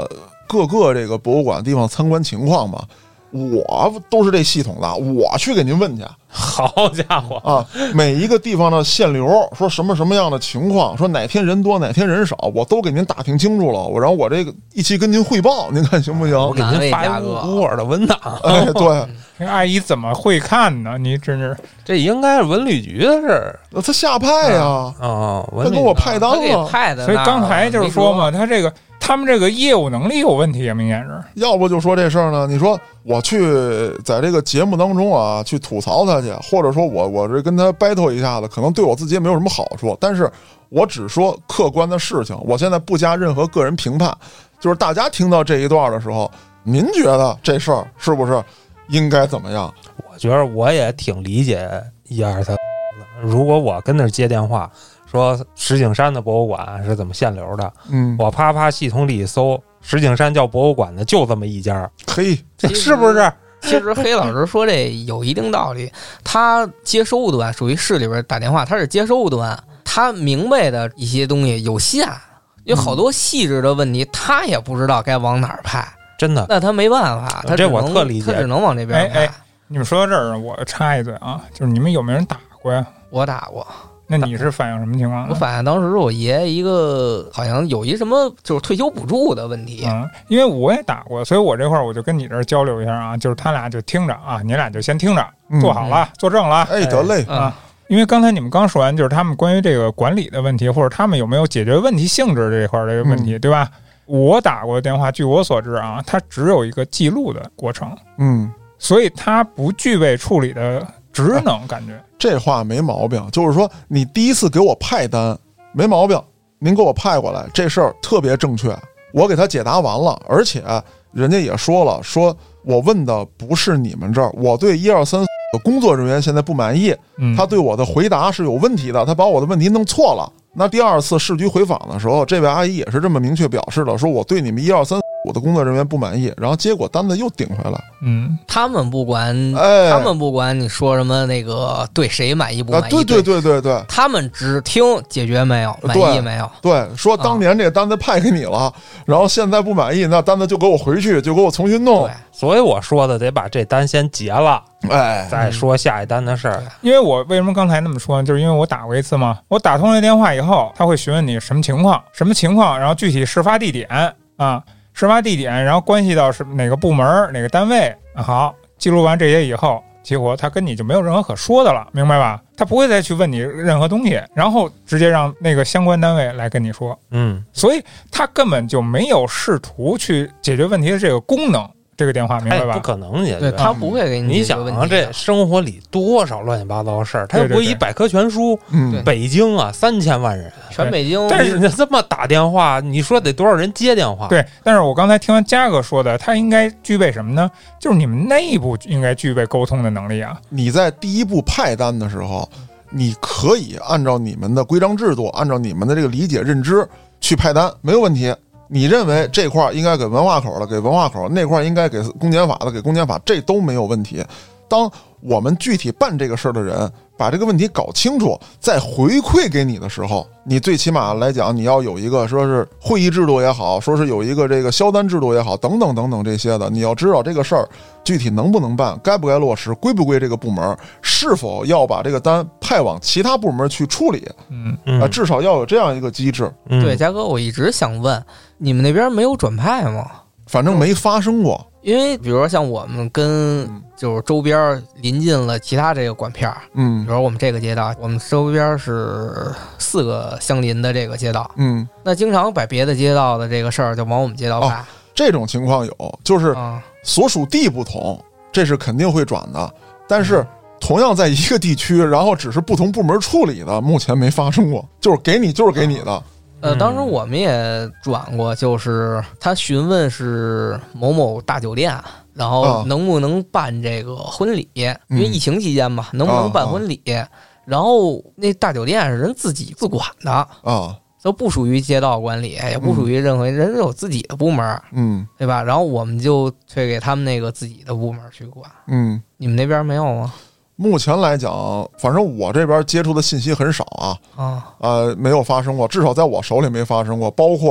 各个这个博物馆地方参观情况嘛，我都是这系统的，我去给您问去。 好家伙啊！每一个地方的限流，说什么什么样的情况，说哪天人多哪天人少，我都给您打听清楚了。我然后我这个一起跟您汇报，您看行不行？ 我给您发一乌尔的文档。 哎，对， 这阿姨怎么会看呢？你真是， 这应该是文旅局的事儿。 他下派呀，啊， 哦， 他给我派单了， 派的。 所以刚才就是说嘛，他这个他们这个业务能力有问题啊，明显是。 要不就说这事儿呢？你说我去在这个节目当中啊，去吐槽他去，或者说我我这跟他 battle 一下子，可能对我自己也没有什么好处。但是我只说客观的事情，我现在不加任何个人评判。就是大家听到这一段的时候，您觉得这事儿是不是应该怎么样？ 我觉得我也挺理解一二三的。如果我跟那儿接电话说石景山的博物馆是怎么限流的， 嗯， 我啪啪系统里一搜，石景山叫博物馆的就这么一家， 嘿， 这是不是？ 其实黑老师说这有一定道理，他接收端属于市里边打电话，他是接收端，他明白的一些东西有限，有好多细致的问题，他也不知道该往哪儿派， 真的。 那他没办法，他这我特理解， 他只能往这边派。 哎哎，你们说到这儿，我插一嘴啊，就是你们有没有人打过呀？ 我打过。 那你是反映什么情况呢？ 我反映当时是我爷爷一个好像有一什么就是退休补助的问题， 嗯，因为我也打过，所以我这块儿我就跟你这儿交流一下啊，就是他俩就听着啊，你俩就先听着，坐好了，坐正了， 哎，得嘞啊。因为刚才你们刚说完，就是他们关于这个管理的问题，或者他们有没有解决问题性质这一块儿这个问题， 嗯、 对吧？我打过的电话，据我所知啊，它只有一个记录的过程， 嗯， 所以它不具备处理的职能，感觉。 这话没毛病，就是说你第一次给我派单没毛病，您给我派过来这事儿特别正确，我给他解答完了，而且人家也说了，说我问的不是你们这儿，我对一二三的工作人员现在不满意，他对我的回答是有问题的，他把我的问题弄错了。那第二次市局回访的时候，这位阿姨也是这么明确表示的，说我对你们一二三我的工作人员不满意，然后结果单子又顶回来。 嗯， 他们不管， 哎， 他们不管你说什么那个对谁满意不满意， 啊、对对对对对， 他们只听解决没有，满意没有。 对，说当年这个单子派给你了，啊、然后现在不满意，那单子就给我回去，就给我重新弄。 对， 所以我说的得把这单先结了。 哎， 再说下一单的事儿。 因为我为什么刚才那么说呢？就是因为我打过一次嘛，我打通了电话以后，他会询问你什么情况，什么情况，然后具体事发地点啊，事发地点，然后关系到是哪个部门哪个单位。好，记录完这些以后，结果他跟你就没有任何可说的了，明白吧？他不会再去问你任何东西，然后直接让那个相关单位来跟你说。 嗯， 所以他根本就没有试图去解决问题的这个功能。这个电话明白吧？ 不可能解决， 对他不会给你。你想啊，这生活里多少乱七八糟的事儿，他又不是一百科全书。 嗯， 北京啊，三千万人， 全北京。 但是你这么打电话，你说得多少人接电话？ 对，但是我刚才听完嘉哥说的，他应该具备什么呢？就是你们内部应该具备沟通的能力啊。 你在第一步派单的时候，你可以按照你们的规章制度，按照你们的这个理解认知去派单，没有问题。你认为这块应该给文化口的给文化口，那块应该给公检法的给公检法，这都没有问题。当我们具体办这个事儿的人把这个问题搞清楚，再回馈给你的时候，你最起码来讲，你要有一个说是会议制度也好，说是有一个这个销单制度也好，等等等等这些的，你要知道这个事儿具体能不能办，该不该落实，归不归这个部门，是否要把这个单派往其他部门去处理。 嗯啊，至少要有这样一个机制。 嗯、 对，嘉哥，我一直想问，你们那边没有转派吗？ 反正没发生过。 因为比如说像我们跟就是周边临近了其他这个管片， 嗯， 比如说我们这个街道，我们周边是四个相邻的这个街道， 嗯， 那经常把别的街道的这个事儿就往我们街道派。 哦，这种情况有，就是所属地不同，这是肯定会转的。但是同样在一个地区，然后只是不同部门处理的，目前没发生过，就是给你就是给你的。 呃，当时我们也转过，就是他询问是某某大酒店，然后能不能办这个婚礼，因为疫情期间嘛，能不能办婚礼？然后那大酒店是人自己自管的啊， 就不属于街道管理，也不属于任何人，有自己的部门， 嗯， 对吧？然后我们就推给他们那个自己的部门去管。 嗯， 你们那边没有吗？ 目前来讲，反正我这边接触的信息很少啊， 啊， 呃，没有发生过，至少在我手里没发生过。包括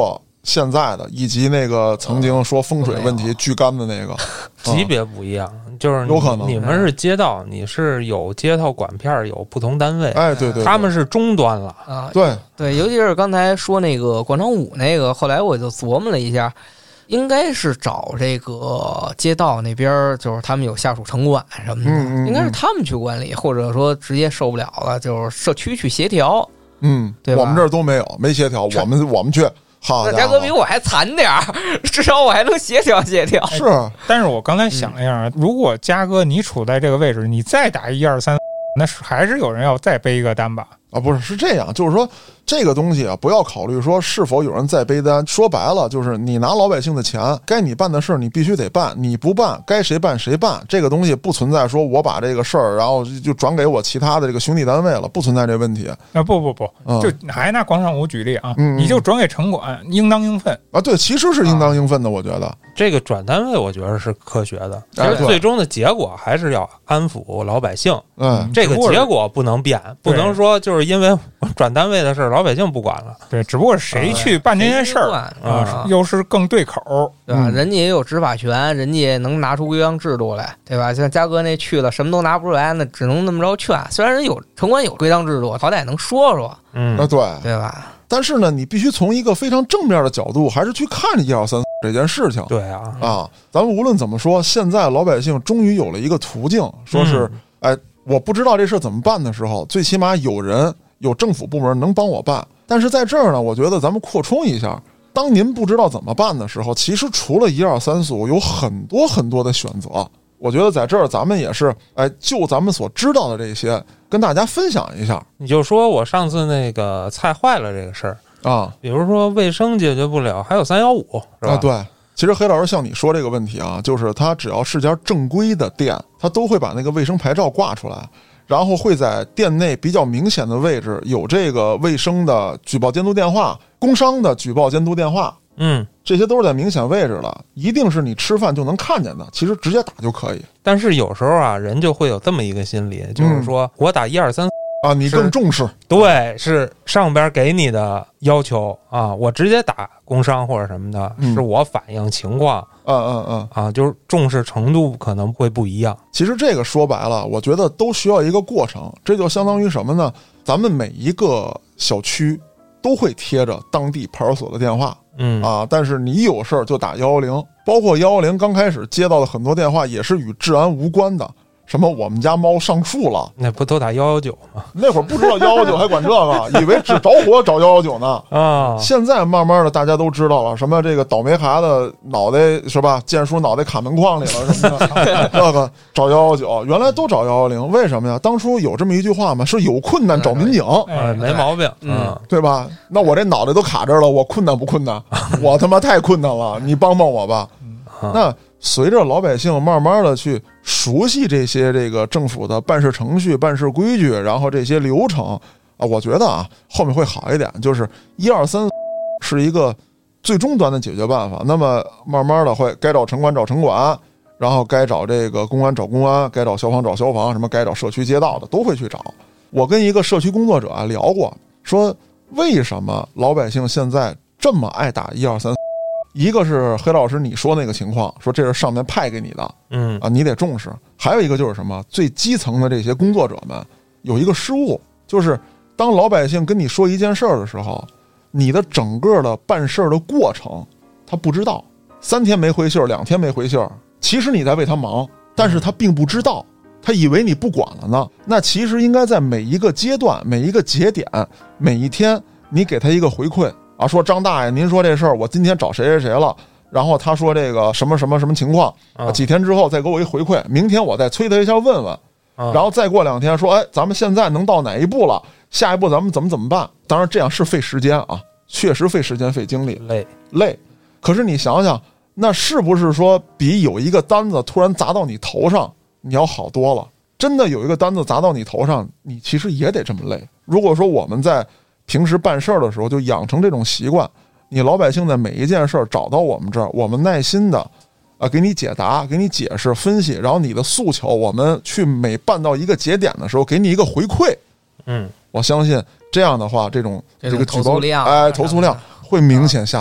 现在的，以及那个曾经说风水问题巨干的那个， 级别不一样，就是有可能你们是街道，你是有街道管片，有不同单位， 哎，对 对, 对， 他们是终端了啊， 对对，尤其是刚才说那个广场舞那个，后来我就琢磨了一下。应该是找这个街道那边，就是他们有下属城管什么的， 嗯嗯嗯、 应该是他们去管理，或者说直接受不了了，就是社区去协调。 嗯， 对吧， 我们这儿都没有，没协调，我们我们去。好， 那嘉哥比我还惨点儿，至少我还能协调协调。 是， 但是我刚才想了一下，嗯、如果嘉哥你处在这个位置，你再打一二三，那是还是有人要再背一个单吧？ 啊，不是，是这样，就是说这个东西啊，不要考虑说是否有人在背单。说白了，就是你拿老百姓的钱，该你办的事儿你必须得办，你不办，该谁办谁办。这个东西不存在说我把这个事儿，然后就转给我其他的这个兄弟单位了，不存在这问题。 啊，不不不， 嗯、 就还拿广场舞举例啊， 嗯、 你就转给城管，应当应分啊。对，其实是应当应分的，啊、我觉得这个转单位，我觉得是科学的。其哎、 实最终的结果还是要安抚老百姓。 嗯， 这个结果不能变，不能说就是因为转单位的事儿，老百姓不管了。 对，只不过谁去办这件事儿啊、 呃，又是更对口， 对吧？嗯、人家也有执法权，人家也能拿出规章制度来，对吧？像嘉哥那去了，什么都拿不出来，那只能那么着劝。虽然人有城管有规章制度，好歹能说说， 嗯， 啊对， 对吧？ 但是呢，你必须从一个非常正面的角度，还是去看一二三这件事情。 对啊， 啊，咱们无论怎么说，现在老百姓终于有了一个途径，说是，嗯、哎，我不知道这事怎么办的时候，最起码有人有政府部门能帮我办。但是在这儿呢，我觉得咱们扩充一下，当您不知道怎么办的时候，其实除了一二三四五，有很多很多的选择。我觉得在这儿咱们也是，哎，就咱们所知道的这些，跟大家分享一下。 你就说我上次那个菜坏了这个事儿啊， 比如说卫生解决不了，还有三幺五是吧？ 啊，对。其实黑老师像你说这个问题啊，就是他只要是家正规的店，他都会把那个卫生牌照挂出来，然后会在店内比较明显的位置有这个卫生的举报监督电话、工商的举报监督电话， 嗯， 这些都是在明显位置了，一定是你吃饭就能看见的，其实直接打就可以。 但是有时候啊，人就会有这么一个心理，就是说、嗯、我打一二三啊，你更重视， 对，是上边给你的要求啊，我直接打工商或者什么的， 嗯、 是我反映情况， 嗯嗯嗯， 啊，就是重视程度可能会不一样。 其实这个说白了，我觉得都需要一个过程，这就相当于什么呢？咱们每一个小区都会贴着当地派出所的电话， 嗯啊，但是你有事儿就打一一零，包括一一零刚开始接到的很多电话也是与治安无关的。什么我们家猫上树了， 那不都打一一九吗？ 那会儿不知道一一九还管这个，以为只着火找一一九呢。 啊， 现在慢慢的大家都知道了，什么这个倒霉孩子脑袋是吧？剑叔脑袋卡门框里了什么的，这个找一一九，原来都找一一零，为什么呀？当初有这么一句话嘛，是有困难找民警， 哎，没毛病， 嗯，对吧？那我这脑袋都卡这儿了，我困难不困难？我他妈太困难了，你帮帮我吧。那随着老百姓慢慢的去熟悉这些这个政府的办事程序、办事规矩，然后这些流程啊，我觉得啊后面会好一点，就是一二三是一个最终端的解决办法。那么慢慢的会该找城管找城管，然后该找这个公安找公安，该找消防找消防，什么该找社区街道的都会去找。我跟一个社区工作者啊聊过，说为什么老百姓现在这么爱打一二三？一个是黑老师你说那个情况，说这是上面派给你的， 嗯啊，你得重视。还有一个就是什么，最基层的这些工作者们有一个失误，就是当老百姓跟你说一件事儿的时候，你的整个的办事的过程他不知道，三天没回信儿，两天没回信儿，其实你在为他忙，但是他并不知道，他以为你不管了呢。那其实应该在每一个阶段、每一个节点、每一天，你给他一个回馈。啊，说张大爷，您说这事儿，我今天找谁谁谁了，然后他说这个什么什么什么情况，啊、几天之后再给我一回馈，明天我再催他一下问问，啊、然后再过两天说，哎，咱们现在能到哪一步了？下一步咱们怎么怎么办？当然这样是费时间啊，确实费时间费精力， 累累。可是你想想，那是不是说比有一个单子突然砸到你头上你要好多了？真的有一个单子砸到你头上，你其实也得这么累。如果说我们在平时办事儿的时候就养成这种习惯，你老百姓在每一件事儿找到我们这儿，我们耐心的啊给你解答，给你解释分析，然后你的诉求我们去每办到一个节点的时候给你一个回馈。 嗯， 我相信这样的话，这种这个举报投诉量， 哎投诉量会明显下来。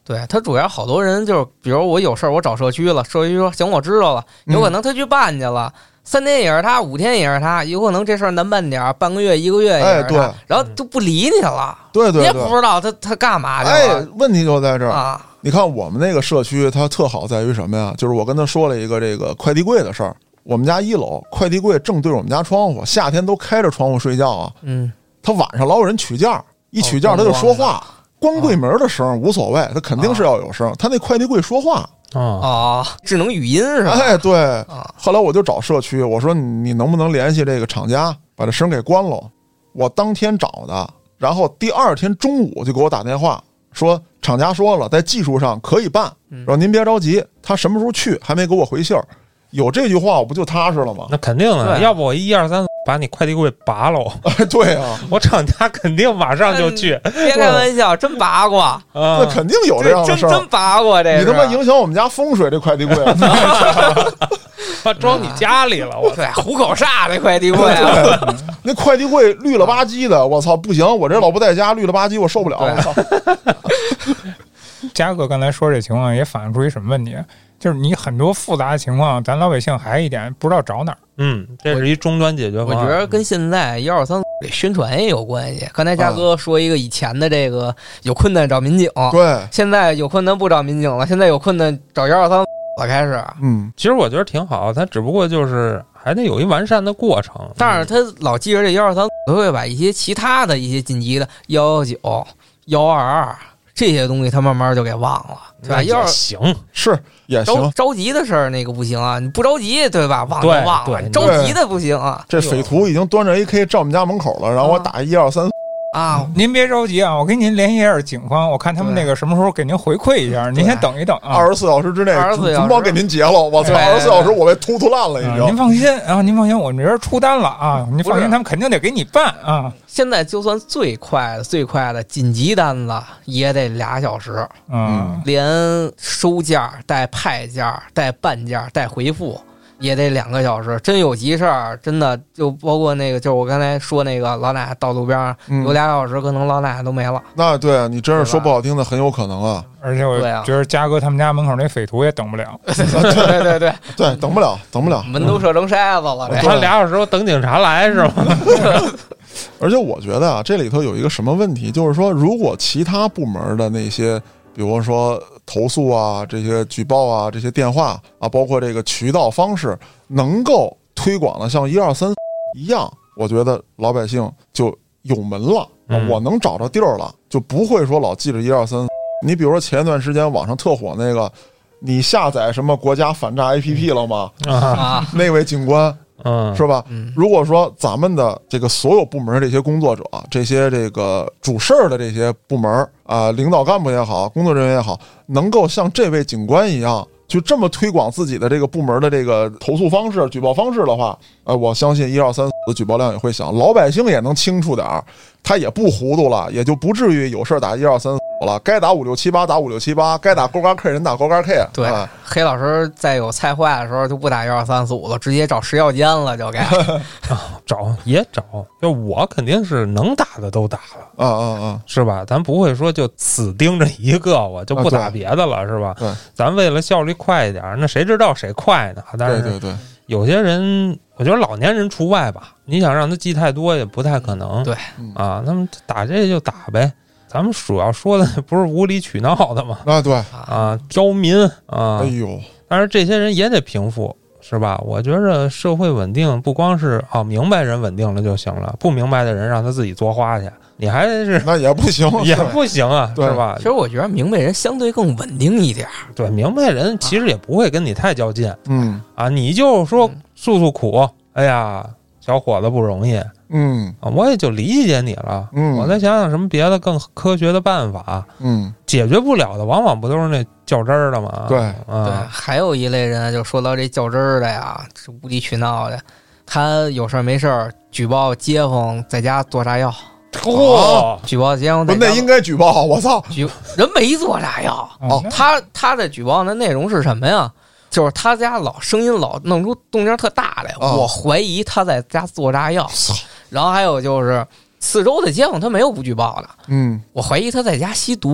对他主要好多人就是，比如我有事儿我找社区了，社区说行我知道了，有可能他去办去了。嗯三天也是他，五天也是他，有可能这事儿难办点儿，半个月、一个月也是他， 哎对， 然后就不理你了， 对对对， 你也不知道他他干嘛去了。 哎，问题就在这儿啊！ 你看我们那个社区，它特好在于什么呀？就是我跟他说了一个这个快递柜的事儿。我们家一楼快递柜正对着我们家窗户，夏天都开着窗户睡觉啊。 嗯， 他晚上老有人取件，一取件他就说话，关柜门的声无所谓，他肯定是要有声。他那快递柜说话。 啊啊！智能语音是吧？ 哎，对。后来我就找社区，我说你能不能联系这个厂家，把这声给关了？我当天找的，然后第二天中午就给我打电话说，厂家说了，在技术上可以办，说您别着急，他什么时候去还没给我回信儿。有这句话我不就踏实了吗？ 那肯定的，要不我一二三把你快递柜拔了。 哎，对啊， 我厂家肯定马上就去。 别开玩笑，真拔过啊！ 那肯定有这样的事儿， 真真拔过这。 你他妈影响我们家风水，这快递柜， 把装你家里了，我对虎口煞这快递柜， 那快递柜绿了吧唧的，我操，不行，我这老不在家，绿了吧唧，我受不了，我操。 嘉哥刚才说这情况也反映出一什么问题？就是你很多复杂的情况，咱老百姓还一点不知道找哪儿。 嗯，这是一终端解决方案。 我觉得跟现在一二三宣传也有关系。刚才嘉哥说一个以前的这个有困难找民警， 对， 现在有困难不找民警了，现在有困难找一二三了，开始。 嗯， 其实我觉得挺好，它只不过就是还得有一完善的过程。 但是他老记着这一二三，他会把一些其他的一些紧急的幺幺九、幺二二。这些东西他慢慢就给忘了，对吧？要是行是也行， 着急的事儿那个不行啊，你不着急对吧？忘就忘了，着急的不行啊。 这匪徒已经端着 A K 站我们家门口了，让我打一二三啊！ 您别着急啊，我给您联系一下警方，我看他们那个什么时候给您回馈一下，您先等一等啊。 二十四小时之内，主保给您结了，我操！二十四小时我被突突烂了已经。 您放心啊，您放心，我们这边出单了啊，您放心，他们肯定得给你办啊。 现在就算最快的、最快的紧急单子也得俩小时， 嗯， 连收件带派件带办件带回复也得两个小时。真有急事儿，真的就包括那个，就是我刚才说那个老奶奶到路边上、嗯、有俩小时，可能老奶奶都没了。 那对啊，你真是说不好听的，很有可能啊。 而且我觉得嘉哥他们家门口那匪徒也等不了， 对对对对对，等不了，等不了， 门都射成筛子了。 他俩小时我等警察来是吗？ 而且我觉得啊，这里头有一个什么问题，就是说，如果其他部门的那些，比如说投诉啊、这些举报啊、这些电话啊，包括这个渠道方式，能够推广的像一二三一样，我觉得老百姓就有门了， 嗯、 我能找着地儿了，就不会说老记着一二三。你比如说前一段时间网上特火那个，你下载什么国家反诈 A P P 了吗？ 啊， 那位警官。 嗯， 是吧？ 嗯， 如果说咱们的这个所有部门这些工作者，这些这个主事儿的这些部门啊、呃，领导干部也好，工作人员也好，能够像这位警官一样，就这么推广自己的这个部门的这个投诉方式、举报方式的话，呃，我相信一二三四的举报量也会响，老百姓也能清楚点儿，他也不糊涂了，也就不至于有事打一二三四了，该打五六七八打五六七八，该打勾杆 K 人打勾杆 K。 对， 啊、 黑老师在有菜坏的时候就不打一二三四五了，直接找食药监了，就该啊找也找，就我肯定是能打的都打了， 啊啊啊， 是吧？咱不会说就死盯着一个，我就不打别的了， 啊、 是吧？ 对， 咱为了效率快一点，那谁知道谁快呢？但是对对对， 有些人，我觉得老年人除外吧，你想让他记太多也不太可能。 对啊，他们打这就打呗。咱们主要说的不是无理取闹的吗？ 啊，对啊，挑民啊， 哎呦， 但是这些人也得平复，是吧？我觉着社会稳定不光是啊明白人稳定了就行了，不明白的人让他自己作花去，你还是那也不行， 也不行啊，是吧？ 其实我觉得明白人相对更稳定一点， 对，明白人其实也不会跟你太较劲， 嗯啊，你就说诉诉苦，哎呀，小伙子不容易。 嗯啊，我也就理解你了。 嗯， 我再想想什么别的更科学的办法。 嗯， 解决不了的，往往不都是那较真儿的吗？ 对， 啊， 对。还有一类人，就说到这较真儿的呀，是无理取闹的。他有事儿没事儿举报街坊在家做炸药， 嚯！ 举报街坊在家， 那应该举报，我操！ 举人没做炸药哦， 他他的举报的内容是什么呀？就是他家老声音老弄出动静特大来， 哦、 我怀疑他在家做炸药。然后还有就是四周的街坊他没有不举报的， 嗯， 我怀疑他在家吸毒，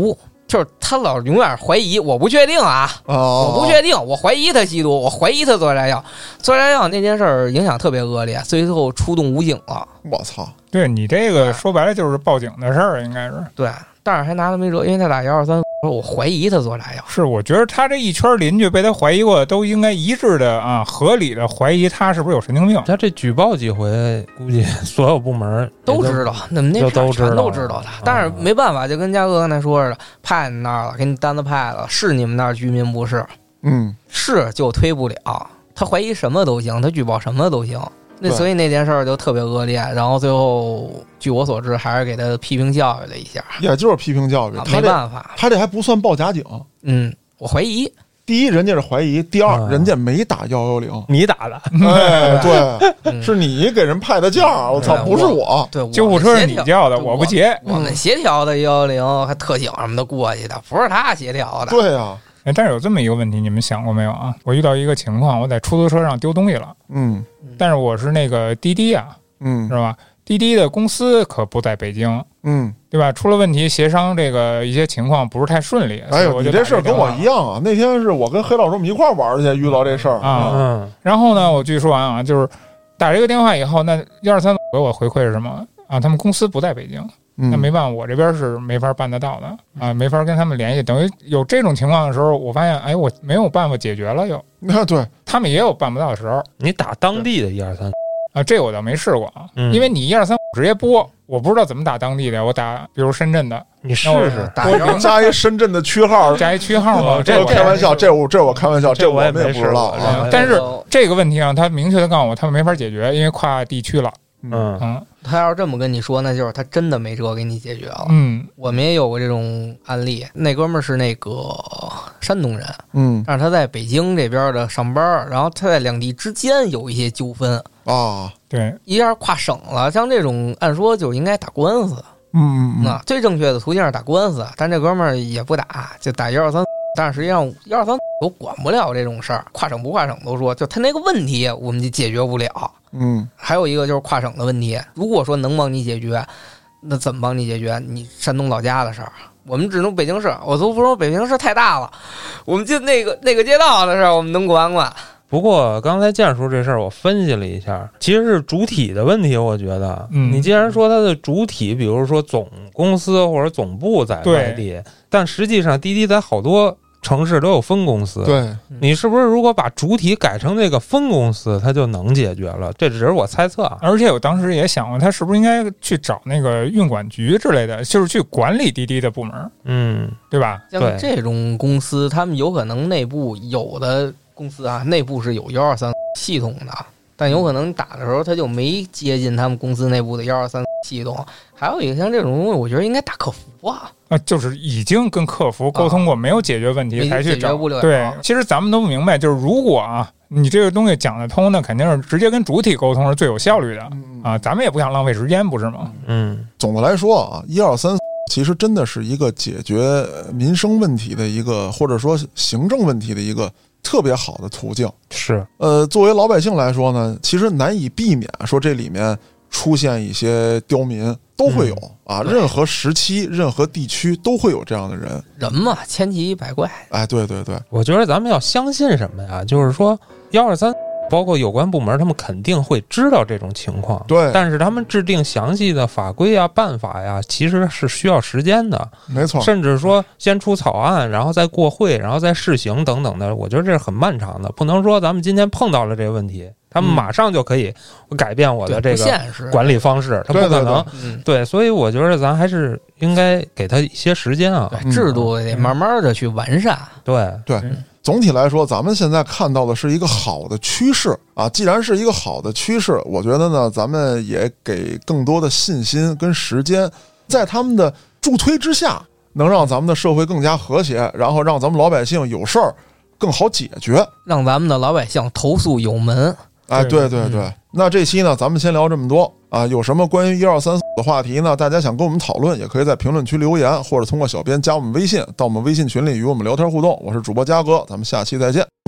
就是他老永远怀疑，我不确定啊， 哦， 我不确定，我怀疑他吸毒，我怀疑他做炸药，做炸药那件事儿影响特别恶劣，最后出动武警了。 我操！ 对你这个说白了就是报警的事儿，应该是对，但是还拿他没辙，因为他打幺二三，说我怀疑他做炸药。 是，我觉得他这一圈邻居被他怀疑过，都应该一致的啊，合理的怀疑他是不是有神经病。 他这举报几回，估计所有部门都知道，那么那片儿全都知道他，但是没办法，就跟嘉哥刚才说似的，派你那儿了，给你单子派了，是你们那儿居民不是？ 嗯， 是就推不了。他怀疑什么都行，他举报什么都行。那所以那件事儿就特别恶劣，然后最后据我所知还是给他批评教育了一下， 也就是批评教育， 啊、没办法， 他这还不算报假警。 嗯，我怀疑。 第一，人家是怀疑；第二， 嗯、 人家没打幺幺零， 你打的。 哎，对， 嗯、 是你给人派的价，我操，不是我。 对， 救护车是你叫的，我不接。 我们协调的幺幺零，还特警什么的过去的，不是他协调的。 对呀、啊。 哎，但是有这么一个问题，你们想过没有啊？我遇到一个情况，我在出租车上丢东西了， 嗯， 但是我是那个滴滴啊， 嗯， 是吧？滴滴的公司可不在北京， 嗯， 对吧？出了问题，协商这个一些情况不是太顺利。 哎呦，你这事儿跟我一样啊！那天是我跟黑老师我们一块儿玩去，遇到这事儿啊。嗯，然后呢，我继续说完啊，就是打这个电话以后，那一二三给我回馈是什么啊？他们公司不在北京。那没办法，我这边是没法办得到的啊，没法跟他们联系。等于有这种情况的时候，我发现，哎，我没有办法解决了又。 你看，对他们也有办不到的时候。 你打当地的一二三啊，这我倒没试过啊， 嗯、 因为你一二三直接拨，我不知道怎么打当地的，我打比如深圳的， 你试试打加一深圳的区号， 加一区号嘛。 这我开玩笑，这我这我开玩笑，这我也不知道啊。 但是这个问题啊，他明确的告诉我，他们没法解决，因为跨地区了。 嗯嗯， 他要是这么跟你说，那就是他真的没辙给你解决了。 嗯， 我们也有过这种案例，那哥们儿是那个山东人， 嗯， 但是他在北京这边的上班，然后他在两地之间有一些纠纷啊， 对， 一下跨省了，像这种按说就应该打官司， 嗯嗯， 那最正确的途径是打官司，但这哥们儿也不打，就打一二三。但是实际上一二三都管不了这种事儿，跨省不跨省都说，就他那个问题我们就解决不了。 嗯， 还有一个就是跨省的问题，如果说能帮你解决，那怎么帮你解决？你山东老家的事儿，我们只能北京市，我都不说北京市太大了，我们就那个那个街道的事儿，我们能管管。 不过刚才建叔这事儿我分析了一下，其实是主体的问题。我觉得， 嗯， 你既然说它的主体，比如说总公司或者总部在外地，但实际上滴滴在好多城市都有分公司， 对， 你是不是如果把主体改成这个分公司，它就能解决了？这只是我猜测啊。 而且我当时也想过，他是不是应该去找那个运管局之类的，就是去管理滴滴的部门， 嗯， 对吧？ 像这种公司，他们有可能内部有的公司啊，内部是有幺二三系统的，但有可能打的时候他就没接近他们公司内部的幺二三系统。还有一个像这种东西，我觉得应该打客服啊。 啊，就是已经跟客服沟通过，啊、没有解决问题才去找。对，其实咱们都明白，就是如果啊，你这个东西讲得通，那肯定是直接跟主体沟通是最有效率的、嗯、啊。咱们也不想浪费时间，不是吗？ 嗯， 总的来说啊，一二三其实真的是一个解决民生问题的一个，或者说行政问题的一个特别好的途径。 是， 呃，作为老百姓来说呢，其实难以避免说这里面出现一些刁民。都会有啊，任何时期、任何地区都会有这样的人。 人嘛，千奇百怪。 哎，对对对， 我觉得咱们要相信什么呀？就是说，幺二三，包括有关部门，他们肯定会知道这种情况。 对， 但是他们制定详细的法规啊、办法呀，其实是需要时间的。 没错， 甚至说先出草案，然后再过会，然后再试行等等的，我觉得这是很漫长的。不能说咱们今天碰到了这个问题，他们马上就可以改变我的这个管理方式，他不可能。 对, 对, 对, 对，所以我觉得咱还是应该给他一些时间啊， 对，制度得慢慢的去完善。 对对、嗯，总体来说，咱们现在看到的是一个好的趋势啊。既然是一个好的趋势，我觉得呢，咱们也给更多的信心跟时间，在他们的助推之下，能让咱们的社会更加和谐，然后让咱们老百姓有事儿更好解决， 让咱们的老百姓投诉有门。 哎，对对对、嗯，那这期呢，咱们先聊这么多啊。有什么关于一二三四的话题呢？大家想跟我们讨论，也可以在评论区留言，或者通过小编加我们微信，到我们微信群里与我们聊天互动。我是主播嘉哥，咱们下期再见。